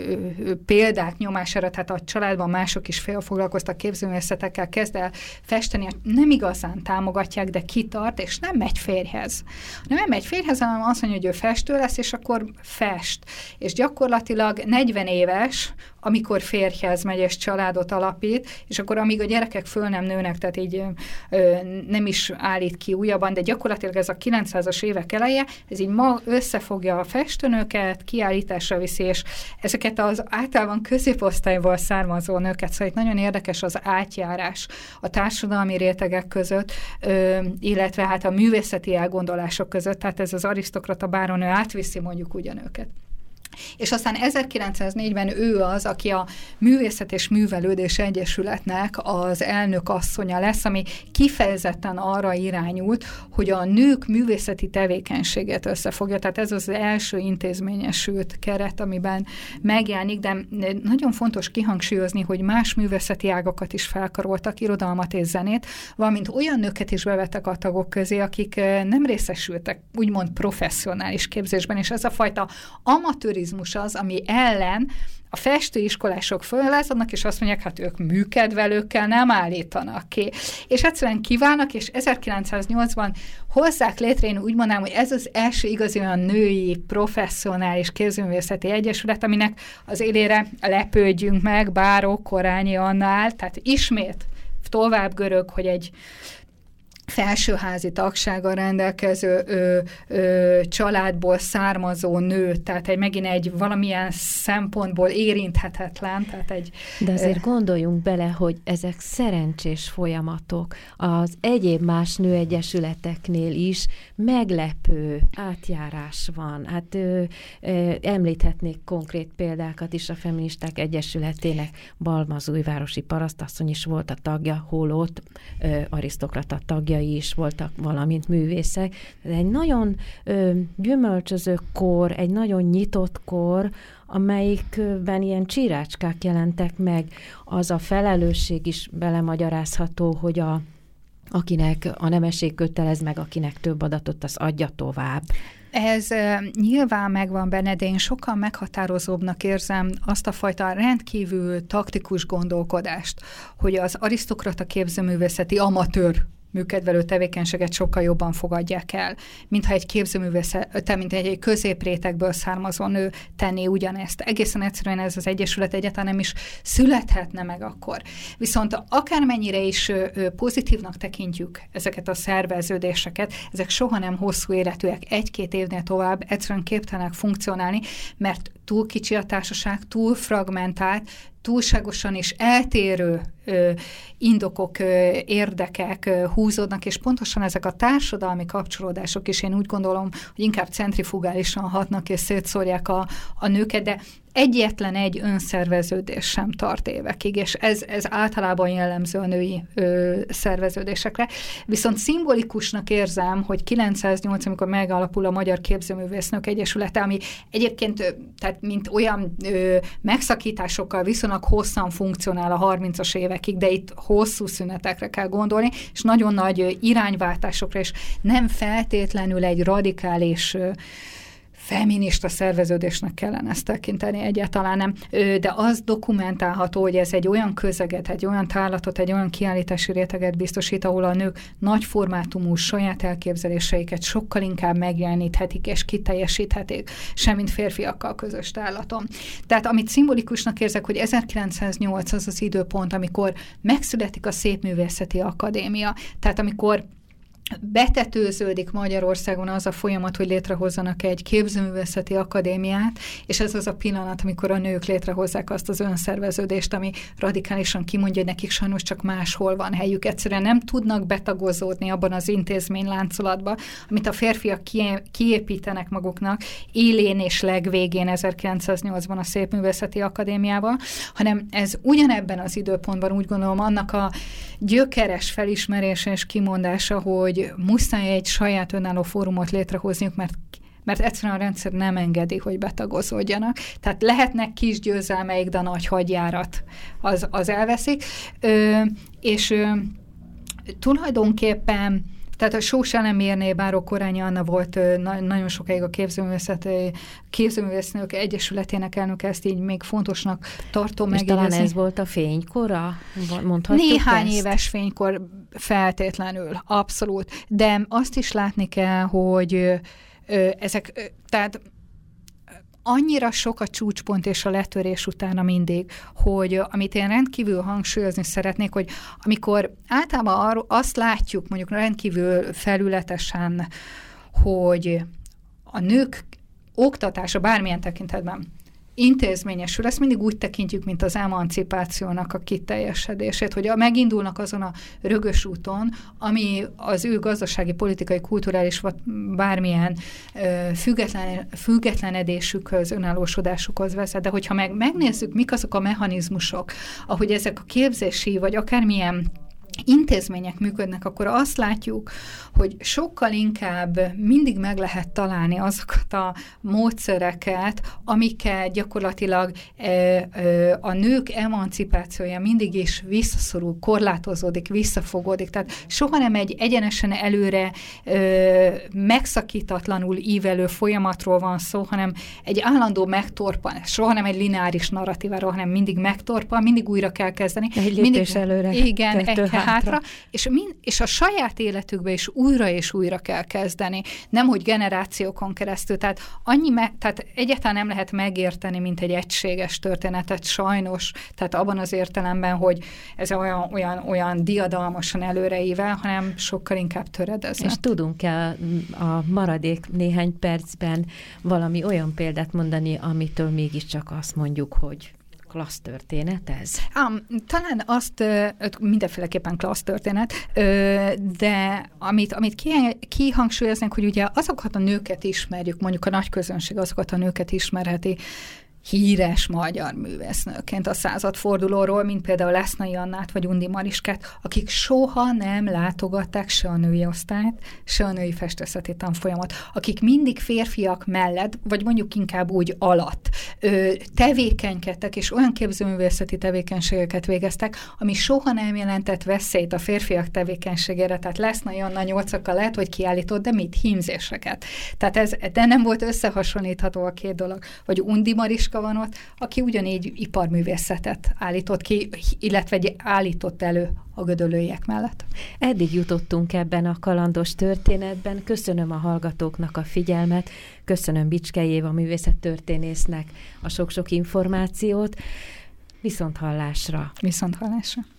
C: példák nyomására, tehát a családban mások is foglalkoztak képzőművészetekkel, kezd el festeni, nem igazán támogatják, de kitart, és nem megy férjhez. Nem megy férjhez, hanem azt mondja, hogy ő festő lesz, és akkor fest. És gyakorlatilag negyven éves, amikor férjhez megy és családot alapít, és akkor amíg a gyerekek föl nem nőnek, tehát így ö, nem is állít ki újabban, de gyakorlatilag ez a kilencszázas évek eleje, ez így ma összefogja a festőnőket, kiállításra viszi, és ezeket az általában középosztályból származó nőket, szóval itt nagyon érdekes az átjárás a társadalmi rétegek között, ö, illetve hát a művészeti elgondolások között, tehát ez az arisztokrata báronő átviszi mondjuk ugyanőket. És aztán ezerkilencszáznégyben ő az, aki a Művészet és Művelődés Egyesületnek az elnök asszonya lesz, ami kifejezetten arra irányult, hogy a nők művészeti tevékenységet összefogja. Tehát ez az első intézményesült keret, amiben megjelenik, de nagyon fontos kihangsúlyozni, hogy más művészeti ágakat is felkaroltak, irodalmat és zenét, valamint olyan nőket is bevettek a tagok közé, akik nem részesültek úgymond professzionális képzésben, és ez a fajta amatőrizmus az, ami ellen a festőiskolások fölelázadnak, és azt mondják, hát ők műkedvelőkkel nem állítanak ki. És egyszerűen kívánnak, és ezerkilencszáznyolcban hozzák létre, én úgy mondanám, hogy ez az első igazi olyan női, professzionális képzőművészeti egyesület, aminek az élére lepődjünk meg, Báró Korányi Annál, tehát ismét tovább görög, hogy egy felsőházi tagsággal rendelkező ö, ö, családból származó nő, tehát egy, megint egy valamilyen szempontból érinthetetlen. Tehát egy,
B: De azért ö, gondoljunk bele, hogy ezek szerencsés folyamatok. Az egyéb más nőegyesületeknél is meglepő átjárás van. Hát ö, ö, említhetnék konkrét példákat is a Feministák Egyesületének. Balmazújvárosi parasztasszony is volt a tagja, holott ö, arisztokrata tagja is voltak, valamint művészek. De egy nagyon ö, gyümölcsöző kor, egy nagyon nyitott kor, amelyikben ilyen csírácskák jelentek meg. Az a felelősség is belemagyarázható, hogy a, akinek a nemesség kötelez meg, akinek több adatot, az adja tovább.
C: Ez uh, nyilván megvan benne, de én sokkal meghatározóbbnak érzem azt a fajta rendkívül taktikus gondolkodást, hogy az arisztokrata képzőművészeti amatőr műkedvelő tevékenységet sokkal jobban fogadják el, mintha egy képzőművészet, mint egy középrétegből származó nő tenné ugyanezt. Egészen egyszerűen ez az egyesület egyáltalán nem is születhetne meg akkor. Viszont akármennyire is pozitívnak tekintjük ezeket a szerveződéseket, ezek soha nem hosszú életűek, egy-két évnél tovább egyszerűen képtelenek funkcionálni, mert túl kicsi a társaság, túl fragmentált, túlságosan is eltérő ö, indokok, ö, érdekek ö, húzódnak, és pontosan ezek a társadalmi kapcsolódások is én úgy gondolom, hogy inkább centrifugálisan hatnak és szétszórják a, a nőket, de egyetlen egy önszerveződés sem tart évekig, és ez, ez általában jellemző a női ö, szerveződésekre. Viszont szimbolikusnak érzem, hogy kilencszáznyolc, amikor megalapul a Magyar Képzőművésznők Egyesülete, ami egyébként ö, tehát mint olyan ö, megszakításokkal viszonylag hosszan funkcionál a harmincas évekig, de itt hosszú szünetekre kell gondolni, és nagyon nagy irányváltásokra, és nem feltétlenül egy radikális ö, feminista szerveződésnek kellene ezt tekinteni, egyáltalán nem. De az dokumentálható, hogy ez egy olyan közeget, egy olyan tárlatot, egy olyan kiállítási réteget biztosít, ahol a nők nagy formátumú saját elképzeléseiket sokkal inkább megjeleníthetik és kiteljesíthetik, semmint férfiakkal közös tárlaton. Tehát amit szimbolikusnak érzek, hogy ezerkilencszáznyolc az az időpont, amikor megszületik a Szépművészeti Akadémia, tehát amikor betetőződik Magyarországon az a folyamat, hogy létrehozzanak egy képzőművészeti akadémiát, és ez az a pillanat, amikor a nők létrehozzák azt az önszerveződést, ami radikálisan kimondja, hogy nekik sajnos csak máshol van helyük. Egyszerűen nem tudnak betagozódni abban az intézményláncolatba, amit a férfiak kiépítenek maguknak élén és legvégén ezerkilencszáznyolcban a Szépművészeti Akadémiával, hanem ez ugyanebben az időpontban úgy gondolom annak a gyökeres felismerése és kimondása, hogy muszáj egy saját önálló fórumot létrehozniuk, mert, mert egyszerűen a rendszer nem engedi, hogy betagozódjanak. Tehát lehetnek kis győzelmeik, de a nagy hadjárat az, az elveszik. Ö, és ö, tulajdonképpen tehát a Sós Elemér Báró Korányi Anna volt ö, na, nagyon sokáig a Képzőművésznők Egyesületének elnöke, ezt így még fontosnak tartom meg.
B: És talán ez volt a fénykora? Mondhatjuk
C: Néhány
B: ezt?
C: éves fénykor feltétlenül, abszolút. De azt is látni kell, hogy ö, ö, ezek, ö, tehát annyira sok a csúcspont és a letörés utána mindig, hogy amit én rendkívül hangsúlyozni szeretnék, hogy amikor általában arról azt látjuk, mondjuk rendkívül felületesen, hogy a nők oktatása bármilyen tekintetben intézményesül, ezt mindig úgy tekintjük, mint az emancipációnak a kiteljesedését, hogy megindulnak azon a rögös úton, ami az ő gazdasági, politikai, kulturális, vagy bármilyen független, függetlenedésükhöz, önállósodásukhoz vezet. De hogyha meg, megnézzük, mik azok a mechanizmusok, ahogy ezek a képzési, vagy akármilyen intézmények működnek, akkor azt látjuk, hogy sokkal inkább mindig meg lehet találni azokat a módszereket, amikkel gyakorlatilag e, e, a nők emancipációja mindig is visszaszorul, korlátozódik, visszafogódik. Tehát soha nem egy egyenesen előre e, megszakítatlanul ívelő folyamatról van szó, hanem egy állandó megtorpan, soha nem egy lineáris narratíváról, hanem mindig megtorpan, mindig újra kell kezdeni.
B: Egy
C: mindig,
B: lépés előre.
C: Igen, egy hátra.
B: hátra.
C: És, min, és a saját életükbe is újra és újra kell kezdeni. Nem, hogy generációkon keresztül. Tehát, annyi me, tehát egyáltalán nem lehet megérteni, mint egy egységes történetet, sajnos. Tehát abban az értelemben, hogy ez olyan, olyan, olyan diadalmasan előreível, hanem sokkal inkább töredezett.
B: És tudunk-e a maradék néhány percben valami olyan példát mondani, amitől mégiscsak azt mondjuk, hogy klassz történet ez?
C: Um, talán azt mindenféleképpen klassz történet, de amit, amit kihangsúlyoznak, hogy ugye azokat a nőket ismerjük, mondjuk a nagy közönség azokat a nőket ismerheti híres magyar művésznőként a századfordulóról, mint például Lesznai Annát vagy Undi Mariskát, akik soha nem látogatták se a női osztályt, se a női festészeti tanfolyamot, akik mindig férfiak mellett, vagy mondjuk inkább úgy alatt ö, tevékenykedtek, és olyan képzőművészeti tevékenységeket végeztek, ami soha nem jelentett veszélyt a férfiak tevékenységére, tehát Lesznai Anna nyolcakkal lehet, hogy kiállított, de mit? Hímzéseket. Tehát ez de nem volt összehasonlítható a két dolog. Vagy Undi Mariska van ott, aki ugyanígy iparművészetet állított ki, illetve állított elő a gödöllőiek mellett.
B: Eddig jutottunk ebben a kalandos történetben. Köszönöm a hallgatóknak a figyelmet, köszönöm Bicskei Éva művészettörténésznek a sok-sok információt. Viszonthallásra!
C: Viszonthallásra!